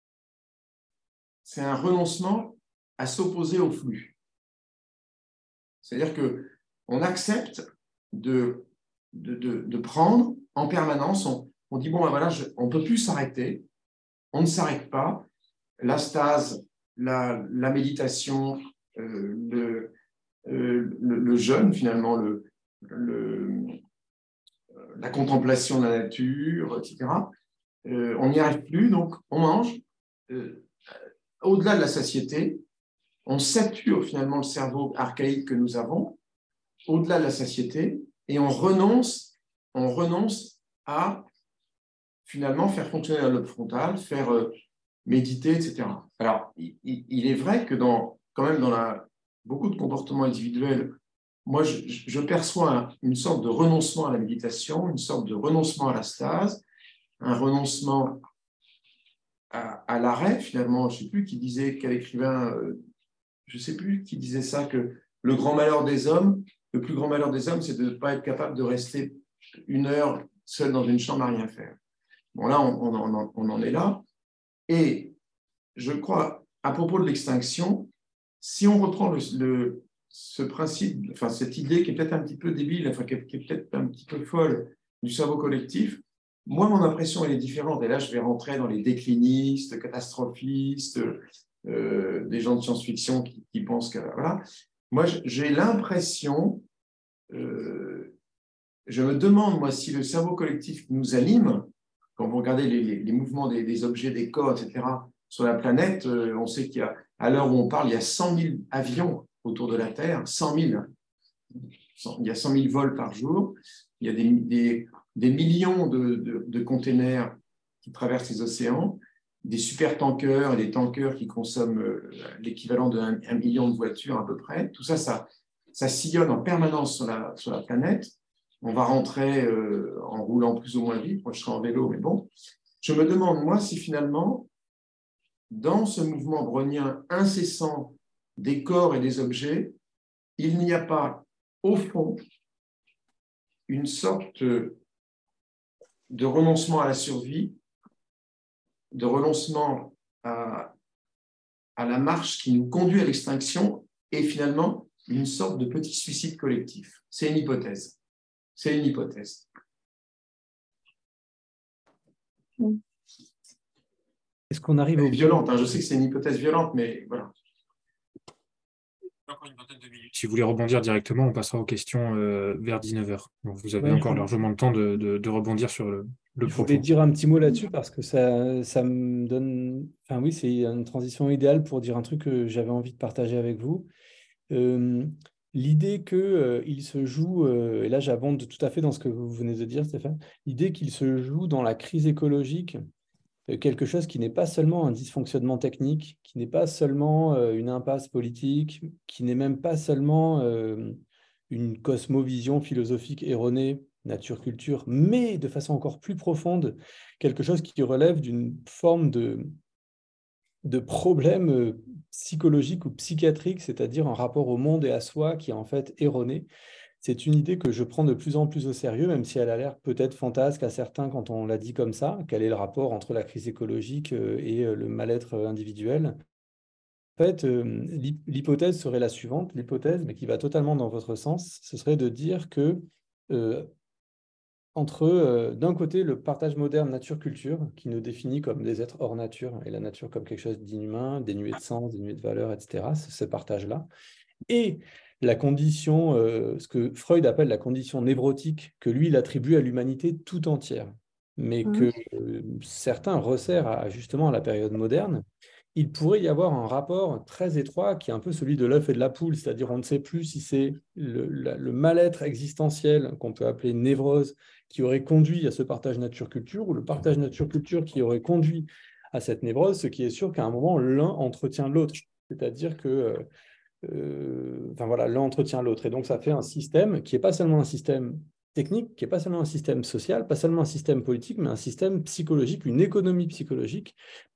c'est un renoncement à s'opposer au flux. C'est-à-dire qu'on accepte de, de, de, de prendre en permanence, on, on dit, bon, ben voilà, je, on ne peut plus s'arrêter, on ne s'arrête pas, la stase, la, la méditation, euh, le, euh, le, le jeûne, finalement, le, le, la contemplation de la nature, et cetera. Euh, on n'y arrive plus, donc on mange. Euh, au-delà de la satiété, on sature finalement le cerveau archaïque que nous avons, au-delà de la satiété, et on renonce, on renonce à finalement faire fonctionner la lobe frontale, faire euh, méditer, et cetera. Alors, il, il est vrai que dans, quand même dans la, beaucoup de comportements individuels, moi, je, je perçois une sorte de renoncement à la méditation, une sorte de renoncement à la stase, un renoncement à, à l'arrêt, finalement. Je ne sais plus qui disait, quel écrivain, euh, je ne sais plus qui disait ça, que le grand malheur des hommes, le plus grand malheur des hommes, c'est de ne pas être capable de rester une heure seul dans une chambre à rien faire. Bon, là, on, on, on, on en est là. Et je crois, à propos de l'extinction, si on reprend le, le, ce principe, enfin cette idée qui est peut-être un petit peu débile, enfin qui est, qui est peut-être un petit peu folle du cerveau collectif, moi, mon impression, elle est différente. Et là, je vais rentrer dans les déclinistes, catastrophistes, euh, des gens de science-fiction qui, qui pensent que... Voilà. Moi, j'ai l'impression, euh, je me demande, moi, si le cerveau collectif nous anime, quand vous regardez les, les, les mouvements des, des objets, des corps, et cetera, sur la planète, euh, on sait qu'il y a, à l'heure où on parle, il y a cent mille avions autour de la Terre, cent mille. Il y a cent mille vols par jour, il y a des, des, des millions de, de, de containers qui traversent les océans, des super-tankers et des tankers qui consomment l'équivalent d'un million de voitures à peu près. Tout ça, ça, ça sillonne en permanence sur la, sur la planète. On va rentrer euh, en roulant plus ou moins vite. Moi, je serai en vélo, mais bon. Je me demande, moi, si finalement, dans ce mouvement brownien incessant des corps et des objets, il n'y a pas, au fond, une sorte de renoncement à la survie, de renoncement à, à la marche qui nous conduit à l'extinction et finalement une sorte de petit suicide collectif. C'est une hypothèse. C'est une hypothèse. Est-ce qu'on arrive Elle au... est violente, hein. Je sais que c'est une hypothèse violente, mais voilà. Encore une vingtaine de minutes. Si vous voulez rebondir directement, on passera aux questions euh, vers dix-neuf heures. Donc vous avez Ouais, encore je- largement le temps de, de- de rebondir sur le, le Je voulais propos. dire un petit mot là-dessus parce que ça, ça me donne... Enfin oui, c'est une transition idéale pour dire un truc que j'avais envie de partager avec vous. Euh, l'idée qu'il euh, se joue, euh, et là j'abonde tout à fait dans ce que vous venez de dire, Stéphane, l'idée qu'il se joue dans la crise écologique euh, quelque chose qui n'est pas seulement un dysfonctionnement technique, qui n'est pas seulement euh, une impasse politique, qui n'est même pas seulement euh, une cosmovision philosophique erronée, nature-culture, mais de façon encore plus profonde, quelque chose qui relève d'une forme de, de problème euh, psychologique ou psychiatrique, c'est-à-dire un rapport au monde et à soi qui est en fait erroné. C'est une idée que je prends de plus en plus au sérieux, même si elle a l'air peut-être fantasque à certains quand on l'a dit comme ça. Quel est le rapport entre la crise écologique euh, et euh, le mal-être euh, individuel? En fait, euh, l'hy- l'hypothèse serait la suivante, l'hypothèse, mais qui va totalement dans votre sens, ce serait de dire que euh, entre, euh, d'un côté, le partage moderne nature-culture, qui nous définit comme des êtres hors nature, et la nature comme quelque chose d'inhumain, dénué de sens, dénué de valeur, et cetera, ce, ce partage-là, et la condition, euh, ce que Freud appelle la condition névrotique, que lui, il attribue à l'humanité tout entière, mais Mhm. que euh, certains resserrent à, justement à la période moderne. Il pourrait y avoir un rapport très étroit qui est un peu celui de l'œuf et de la poule, c'est-à-dire on ne sait plus si c'est le, la- le mal-être existentiel qu'on peut appeler névrose qui aurait conduit à ce partage nature-culture ou le partage nature-culture qui aurait conduit à cette névrose, ce qui est sûr qu'à un moment, l'un entretient l'autre. C'est-à-dire que euh, euh, enfin voilà, l'un entretient l'autre. Et donc, ça fait un système qui n'est pas seulement un système technique, qui n'est pas seulement un système social, pas seulement un système politique, mais un système psychologique, une économie psychologique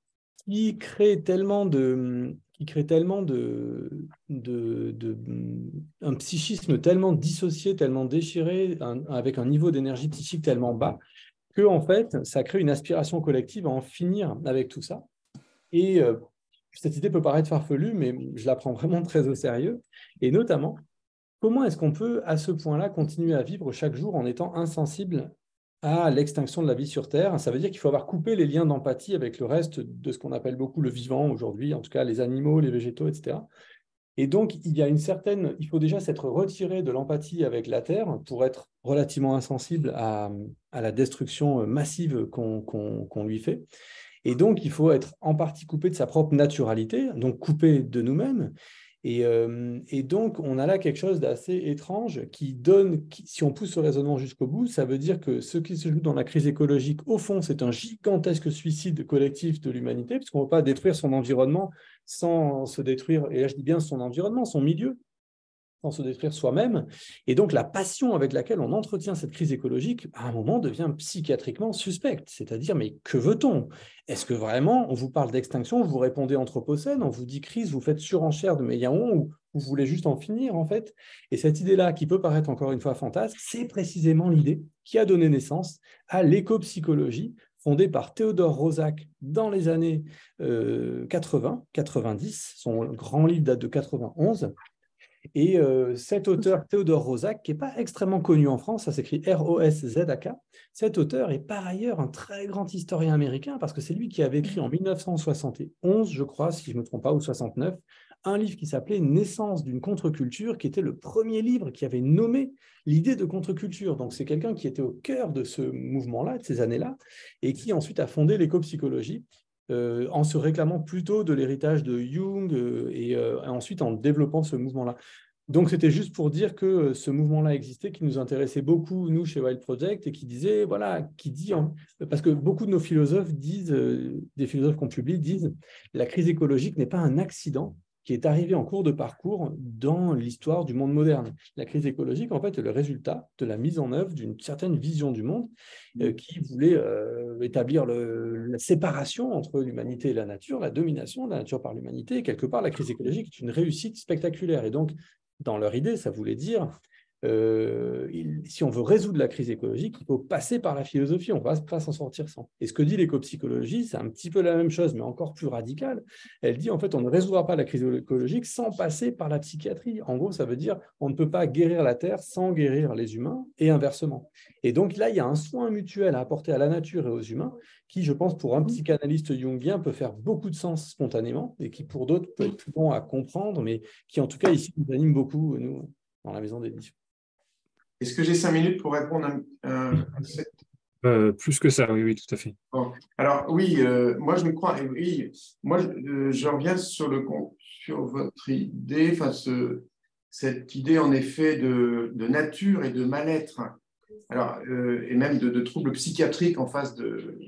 qui crée tellement de, qui crée tellement de, de, de un psychisme tellement dissocié, tellement déchiré, un- avec un niveau d'énergie psychique tellement bas, que en fait, ça crée une aspiration collective à en finir avec tout ça. Et euh, cette idée peut paraître farfelue, mais je la prends vraiment très au sérieux. Et notamment, comment est-ce qu'on peut, à ce point-là, continuer à vivre chaque jour en étant insensible à l'extinction de la vie sur Terre? Ça veut dire qu'il faut avoir coupé les liens d'empathie avec le reste de ce qu'on appelle beaucoup le vivant aujourd'hui, en tout cas les animaux, les végétaux, et cetera. Et donc, il y a une certaine, il faut déjà s'être retiré de l'empathie avec la Terre pour être relativement insensible à, à la destruction massive qu'on qu'on, qu'on lui fait. Et donc, il faut être en partie coupé de sa propre naturalité, donc coupé de nous-mêmes. Et, euh, et donc, on a là quelque chose d'assez étrange qui donne, qui, si on pousse ce raisonnement jusqu'au bout, ça veut dire que ce qui se joue dans la crise écologique, au fond, c'est un gigantesque suicide collectif de l'humanité, puisqu'on ne peut pas détruire son environnement sans se détruire, et là je dis bien son environnement, son milieu, sans se détruire soi-même. Et donc, la passion avec laquelle on entretient cette crise écologique, à un moment, devient psychiatriquement suspecte. C'est-à-dire, mais que veut-on? Est-ce que vraiment, on vous parle d'extinction, vous répondez anthropocène, on vous dit crise, vous faites surenchère de médiaons, ou vous voulez juste en finir, en fait? Et cette idée-là, qui peut paraître encore une fois fantasque, c'est précisément l'idée qui a donné naissance à l'éco-psychologie, fondée par Théodore Roszak dans les années euh, quatre-vingts, quatre-vingt-dix. Son grand livre date de quatre-vingt-onze. Et euh, cet auteur, Théodore Roszak, qui n'est pas extrêmement connu en France, ça s'écrit R O S Z A K, cet auteur est par ailleurs un très grand historien américain, parce que c'est lui qui avait écrit en mille neuf cent soixante et onze, je crois, si je ne me trompe pas, ou soixante-neuf, un livre qui s'appelait Naissance d'une contre-culture, qui était le premier livre qui avait nommé l'idée de contre-culture. Donc c'est quelqu'un qui était au cœur de ce mouvement-là, de ces années-là, et qui ensuite a fondé l'éco-psychologie, Euh, en se réclamant plutôt de l'héritage de Jung euh, et, euh, et ensuite en développant ce mouvement-là. Donc, c'était juste pour dire que ce mouvement-là existait, qui nous intéressait beaucoup, nous, chez Wild Project, et qui disait, voilà, qui dit, hein, parce que beaucoup de nos philosophes disent, euh, des philosophes qu'on publie, disent, la crise écologique n'est pas un accident qui est arrivé en cours de parcours dans l'histoire du monde moderne. La crise écologique, en fait, est le résultat de la mise en œuvre d'une certaine vision du monde euh, qui voulait euh, établir le, la séparation entre l'humanité et la nature, la domination de la nature par l'humanité. Et quelque part, la crise écologique est une réussite spectaculaire. Et donc, dans leur idée, ça voulait dire euh, il, si on veut résoudre la crise écologique, il faut passer par la philosophie, on ne va pas s'en sortir sans. Et ce que dit l'éco-psychologie, c'est un petit peu la même chose, mais encore plus radical. Elle dit, en fait, on ne résoudra pas la crise écologique sans passer par la psychiatrie. En gros, ça veut dire on ne peut pas guérir la Terre sans guérir les humains, et inversement. Et donc là, il y a un soin mutuel à apporter à la nature et aux humains qui, je pense, pour un psychanalyste jungien, peut faire beaucoup de sens spontanément, et qui, pour d'autres, peut être plus long à comprendre, mais qui, en tout cas, ici, nous anime beaucoup, nous, dans la maison d'édition. Est-ce que j'ai cinq minutes pour répondre à, à cette... Euh, plus que ça, oui, oui, tout à fait. Bon. Alors, oui, euh, moi, je me crois, oui, moi, je, euh, je reviens sur, le, sur votre idée, enfin, ce, cette idée, en effet, de, de nature et de mal-être, alors, euh, et même de, de troubles psychiatriques en face de...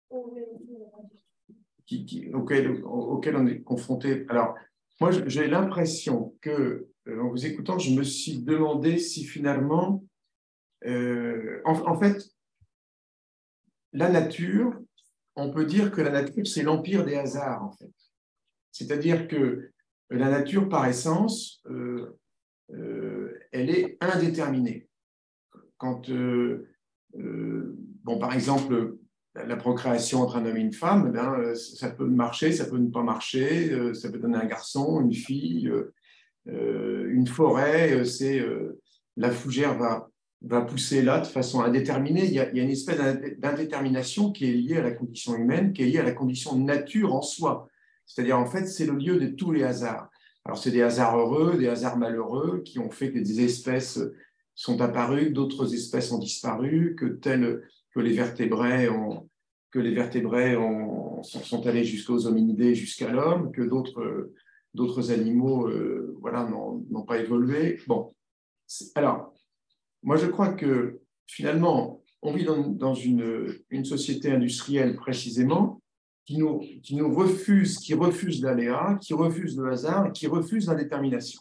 Qui, qui, auxquels, auxquels on est confronté. Alors, moi, j'ai l'impression que, en vous écoutant, je me suis demandé si finalement, euh, en, en fait, la nature, on peut dire que la nature, c'est l'empire des hasards, en fait. C'est-à-dire que la nature, par essence, euh, euh, elle est indéterminée. Quand, euh, euh, bon, par exemple, la procréation entre un homme et une femme, eh bien, ça peut marcher, ça peut ne pas marcher, ça peut donner un garçon, une fille, euh, une forêt, c'est euh, la fougère va, va pousser là de façon indéterminée. Il y a, il y a une espèce d'indétermination qui est liée à la condition humaine, qui est liée à la condition de nature en soi. C'est-à-dire, en fait, c'est le lieu de tous les hasards. Alors, c'est des hasards heureux, des hasards malheureux qui ont fait que des espèces sont apparues, d'autres espèces ont disparu, que, telles, que les vertébrés, ont, que les vertébrés ont, sont, sont allés jusqu'aux hominidés, jusqu'à l'homme, que d'autres, d'autres animaux euh, voilà, n'ont pas évolué. Bon, alors, moi je crois que finalement, on vit dans, dans une, une société industrielle précisément qui nous, qui nous refuse, qui refuse l'aléa, qui refuse le hasard, qui refuse l'indétermination.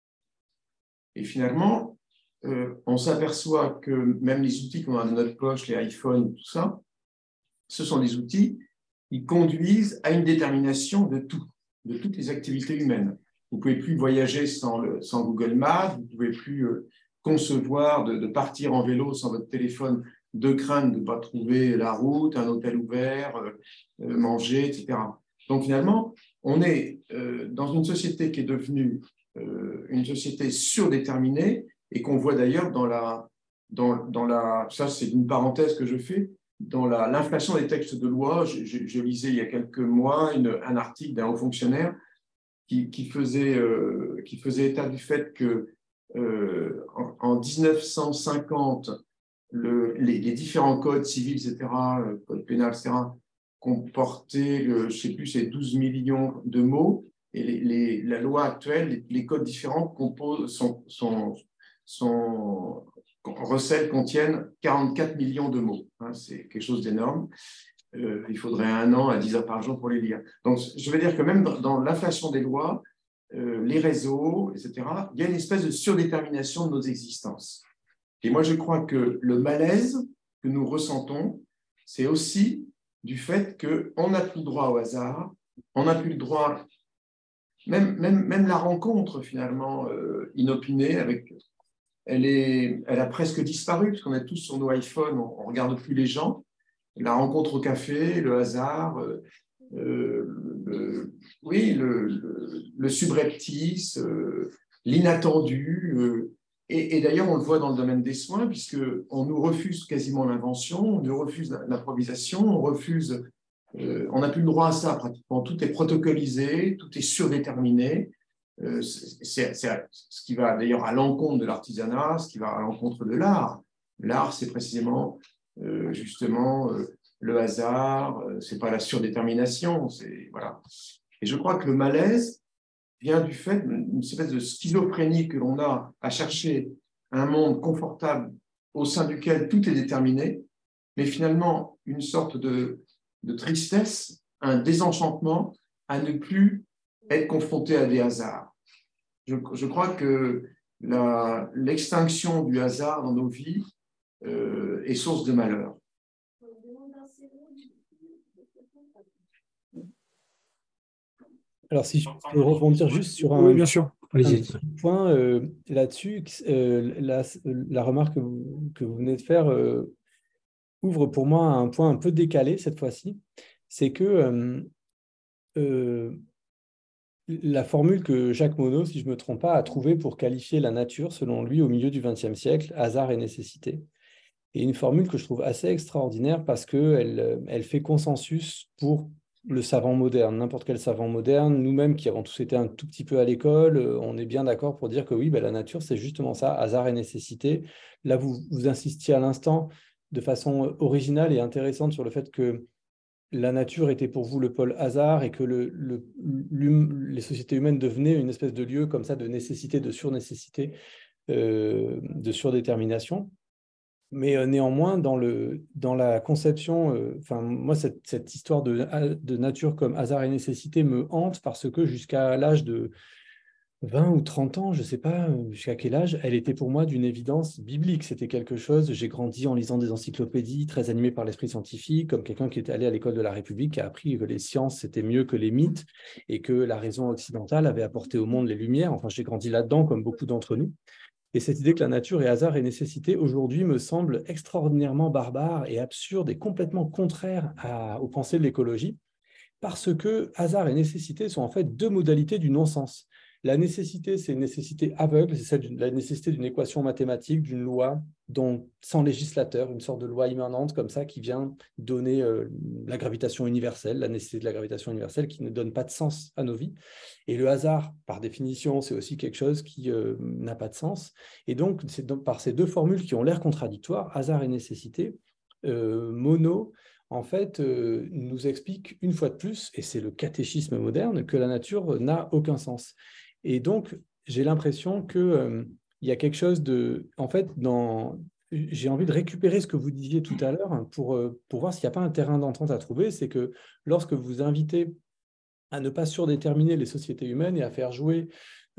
Et finalement, Euh, on s'aperçoit que même les outils qu'on a dans notre poche, les iPhones, tout ça, ce sont des outils qui conduisent à une détermination de tout, de toutes les activités humaines. Vous ne pouvez plus voyager sans, le, sans Google Maps, vous ne pouvez plus euh, concevoir de, de partir en vélo sans votre téléphone de crainte de ne pas trouver la route, un hôtel ouvert, euh, euh, manger, et cetera. Donc finalement, on est euh, dans une société qui est devenue euh, une société surdéterminée, et qu'on voit d'ailleurs dans la, dans, dans la, ça c'est une parenthèse que je fais, dans l'inflation des textes de loi. Je, je, je lisais il y a quelques mois une, un article d'un haut fonctionnaire qui, qui, faisait, euh, qui faisait état du fait que euh, en, en mille neuf cent cinquante, le, les, les différents codes civils, et cetera, le code pénal, et cetera, comportaient, le, je ne sais plus, c'est douze millions de mots, et les, les, la loi actuelle, les, les codes différents composent, sont, sont Son, recèles contiennent quarante-quatre millions de mots. Hein, c'est quelque chose d'énorme. Euh, il faudrait un an à dix heures par jour pour les lire. Donc, je veux dire que même dans, dans l'inflation des lois, euh, les réseaux, et cetera, il y a une espèce de surdétermination de nos existences. Et moi, je crois que le malaise que nous ressentons, c'est aussi du fait qu'on n'a plus le droit au hasard, on n'a plus le droit, même, même, même la rencontre finalement euh, inopinée avec... Elle, est, elle a presque disparu, parce qu'on est tous sur nos iPhones, on ne regarde plus les gens. La rencontre au café, le hasard, euh, le, oui, le, le, le subreptice, euh, l'inattendu. Euh, et et d'ailleurs, on le voit dans le domaine des soins, puisqu'on nous refuse quasiment l'invention, on nous refuse l'improvisation, on refuse, euh, on n'a plus le droit à ça pratiquement. Tout est protocolisé, tout est surdéterminé. Euh, c'est ce qui va d'ailleurs à l'encontre de l'artisanat, ce qui va à l'encontre de l'art. L'art, c'est précisément euh, justement euh, le hasard, euh, c'est pas la surdétermination, c'est voilà. Et je crois que le malaise vient du fait d'une espèce de schizophrénie que l'on a à chercher un monde confortable au sein duquel tout est déterminé, mais finalement une sorte de, de tristesse, un désenchantement à ne plus être confronté à des hasards. Je, je crois que l'extinction du hasard dans nos vies euh, est source de malheur. Alors, si je peux rebondir juste sur un, oui, bien sûr. Un Allez-y. petit point euh, là-dessus, euh, la, la remarque que vous, que vous venez de faire euh, ouvre pour moi un point un peu décalé cette fois-ci. C'est que euh, euh, la formule que Jacques Monod, si je ne me trompe pas, a trouvée pour qualifier la nature, selon lui, au milieu du vingtième siècle, hasard et nécessité. Et une formule que je trouve assez extraordinaire parce qu'elle elle fait consensus pour le savant moderne, n'importe quel savant moderne. Nous-mêmes qui avons tous été un tout petit peu à l'école, on est bien d'accord pour dire que oui, ben, la nature, c'est justement ça, hasard et nécessité. Là, vous, vous insistiez à l'instant de façon originale et intéressante sur le fait que la nature était pour vous le pôle hasard et que le, le, les sociétés humaines devenaient une espèce de lieu comme ça de nécessité, de surnécessité, euh, de surdétermination. Mais euh, néanmoins, dans, le, dans la conception, euh, enfin, moi, cette, cette histoire de, de nature comme hasard et nécessité me hante parce que jusqu'à l'âge de vingt ou trente ans, je ne sais pas jusqu'à quel âge, elle était pour moi d'une évidence biblique. C'était quelque chose, j'ai grandi en lisant des encyclopédies, très animé par l'esprit scientifique, comme quelqu'un qui était allé à l'école de la République, qui a appris que les sciences, c'était mieux que les mythes et que la raison occidentale avait apporté au monde les lumières. Enfin, j'ai grandi là-dedans, comme beaucoup d'entre nous. Et cette idée que la nature est hasard et nécessité, aujourd'hui, me semble extraordinairement barbare et absurde et complètement contraire à, aux pensées de l'écologie, parce que hasard et nécessité sont en fait deux modalités du non-sens. La nécessité, c'est une nécessité aveugle, c'est celle de la nécessité d'une équation mathématique, d'une loi dont, sans législateur, une sorte de loi immanente comme ça qui vient donner euh, la gravitation universelle, la nécessité de la gravitation universelle qui ne donne pas de sens à nos vies. Et le hasard, par définition, c'est aussi quelque chose qui euh, n'a pas de sens. Et donc, c'est donc par ces deux formules qui ont l'air contradictoires, hasard et nécessité, euh, Monod, en fait, euh, nous explique une fois de plus, et c'est le catéchisme moderne, que la nature n'a aucun sens. Et donc, j'ai l'impression qu'il euh, y a quelque chose de... En fait, dans... j'ai envie de récupérer ce que vous disiez tout à l'heure pour, euh, pour voir s'il n'y a pas un terrain d'entente à trouver. C'est que lorsque vous invitez à ne pas surdéterminer les sociétés humaines et à faire jouer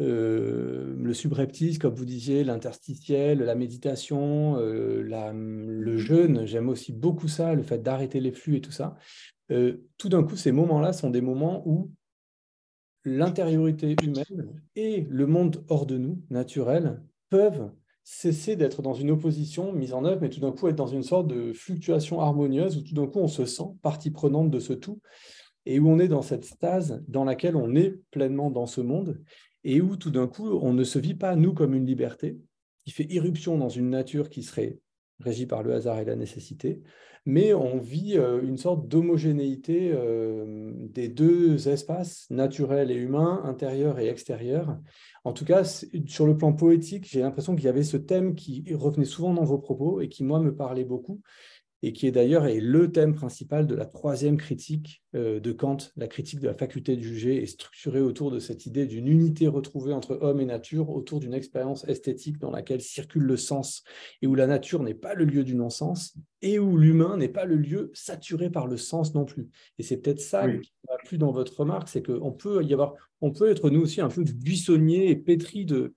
euh, le subreptice, comme vous disiez, l'interstitiel, la méditation, euh, la, le jeûne, j'aime aussi beaucoup ça, le fait d'arrêter les flux et tout ça. Euh, tout d'un coup, ces moments-là sont des moments où l'intériorité humaine et le monde hors de nous, naturel, peuvent cesser d'être dans une opposition mise en œuvre, mais tout d'un coup être dans une sorte de fluctuation harmonieuse où tout d'un coup on se sent partie prenante de ce tout et où on est dans cette stase dans laquelle on est pleinement dans ce monde et où tout d'un coup on ne se vit pas, nous, comme une liberté qui fait irruption dans une nature qui serait régie par le hasard et la nécessité, mais on vit euh, une sorte d'homogénéité euh, des deux espaces, naturels et humains, intérieurs et extérieurs. En tout cas, sur le plan poétique, j'ai l'impression qu'il y avait ce thème qui revenait souvent dans vos propos et qui, moi, me parlait beaucoup, et qui est d'ailleurs est le thème principal de la troisième critique euh, de Kant. La critique de la faculté de juger est structurée autour de cette idée d'une unité retrouvée entre homme et nature, autour d'une expérience esthétique dans laquelle circule le sens et où la nature n'est pas le lieu du non-sens et où l'humain n'est pas le lieu saturé par le sens non plus. Et c'est peut-être ça oui. qui m'a plu dans votre remarque, c'est qu'on peut y avoir, on peut être nous aussi un peu buissonniers et pétris de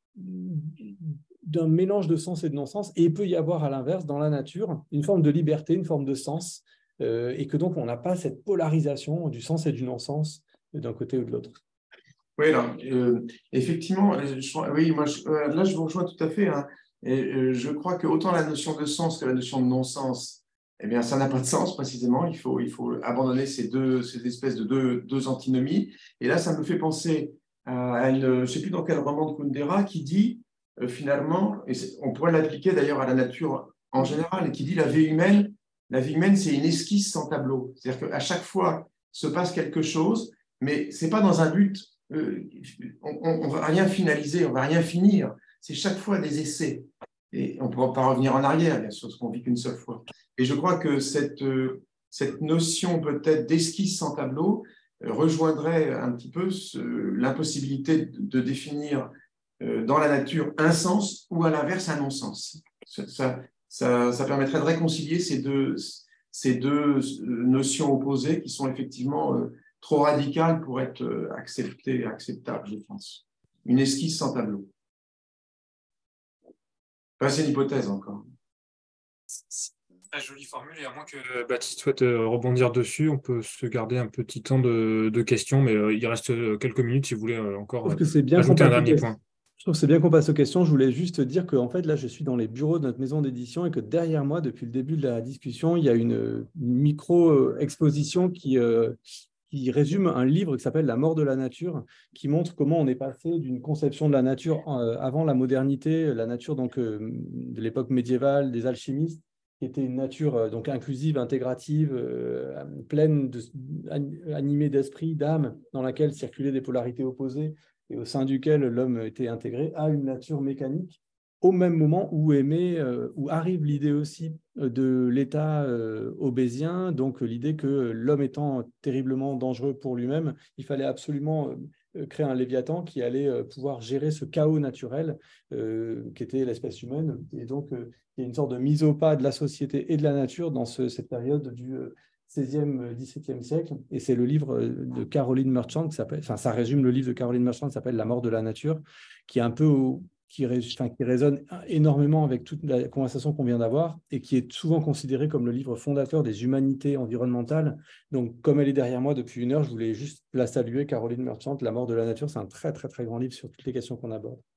d'un mélange de sens et de non-sens, et il peut y avoir à l'inverse dans la nature une forme de liberté, une forme de sens, euh, et que donc on n'a pas cette polarisation du sens et du non-sens d'un côté ou de l'autre. Oui, alors, euh, effectivement, je, oui, moi, je, euh, là je vous rejoins tout à fait. Hein, et, euh, je crois que autant la notion de sens que la notion de non-sens, eh bien, ça n'a pas de sens précisément. Il faut, il faut abandonner ces deux, ces espèces de deux, deux antinomies. Et là, ça me fait penser à une, je ne sais plus dans quel roman de Kundera, qui dit euh, finalement, et on pourrait l'appliquer d'ailleurs à la nature en général, qui dit la vie humaine, la vie humaine, c'est une esquisse sans tableau. C'est-à-dire qu'à chaque fois se passe quelque chose, mais ce n'est pas dans un but. Euh, on ne va rien finaliser, on ne va rien finir. C'est chaque fois des essais. Et on ne pourra pas revenir en arrière, bien sûr, parce qu'on ne vit qu'une seule fois. Et je crois que cette, euh, cette notion peut-être d'esquisse sans tableau euh, rejoindrait un petit peu l'impossibilité de, de définir euh, dans la nature un sens ou à l'inverse un non-sens. Ça, ça, ça, ça permettrait de réconcilier ces deux, ces deux notions opposées qui sont effectivement euh, trop radicales pour être acceptées, acceptables, je pense. Une esquisse sans tableau. Enfin, c'est une hypothèse encore. Très jolie formule, et à moins que Baptiste souhaite euh, rebondir dessus, on peut se garder un petit temps de, de questions, mais euh, il reste euh, quelques minutes si vous voulez euh, Je encore trouve euh, que c'est bien qu'on ajouter un passe aux dernier questions. point. Je trouve que c'est bien qu'on passe aux questions. Je voulais juste dire que en fait, là, je suis dans les bureaux de notre maison d'édition et que derrière moi, depuis le début de la discussion, il y a une, une micro-exposition qui, euh, qui résume un livre qui s'appelle La mort de la nature, qui montre comment on est passé d'une conception de la nature euh, avant la modernité, la nature donc, euh, de l'époque médiévale, des alchimistes, qui était une nature euh, donc inclusive, intégrative, euh, pleine, de, animée d'esprit, d'âme, dans laquelle circulaient des polarités opposées et au sein duquel l'homme était intégré, à une nature mécanique, au même moment où, émet, euh, où arrive l'idée aussi de l'état euh, obésien, donc l'idée que l'homme étant terriblement dangereux pour lui-même, il fallait absolument euh, créer un léviathan qui allait euh, pouvoir gérer ce chaos naturel euh, qu'était l'espèce humaine. Et donc, euh, il y a une sorte de mise au pas de la société et de la nature dans ce, cette période du euh, seizième, dix-septième siècle. Et c'est le livre de Caroline Merchant qui s'appelle, enfin, ça résume le livre de Caroline Merchant qui s'appelle La mort de la nature, qui est un peu au, qui, ré, enfin, qui résonne énormément avec toute la conversation qu'on vient d'avoir et qui est souvent considéré comme le livre fondateur des humanités environnementales. Donc, comme elle est derrière moi depuis une heure, je voulais juste la saluer, Caroline Merchant. La mort de la nature, c'est un très, très, très grand livre sur toutes les questions qu'on aborde.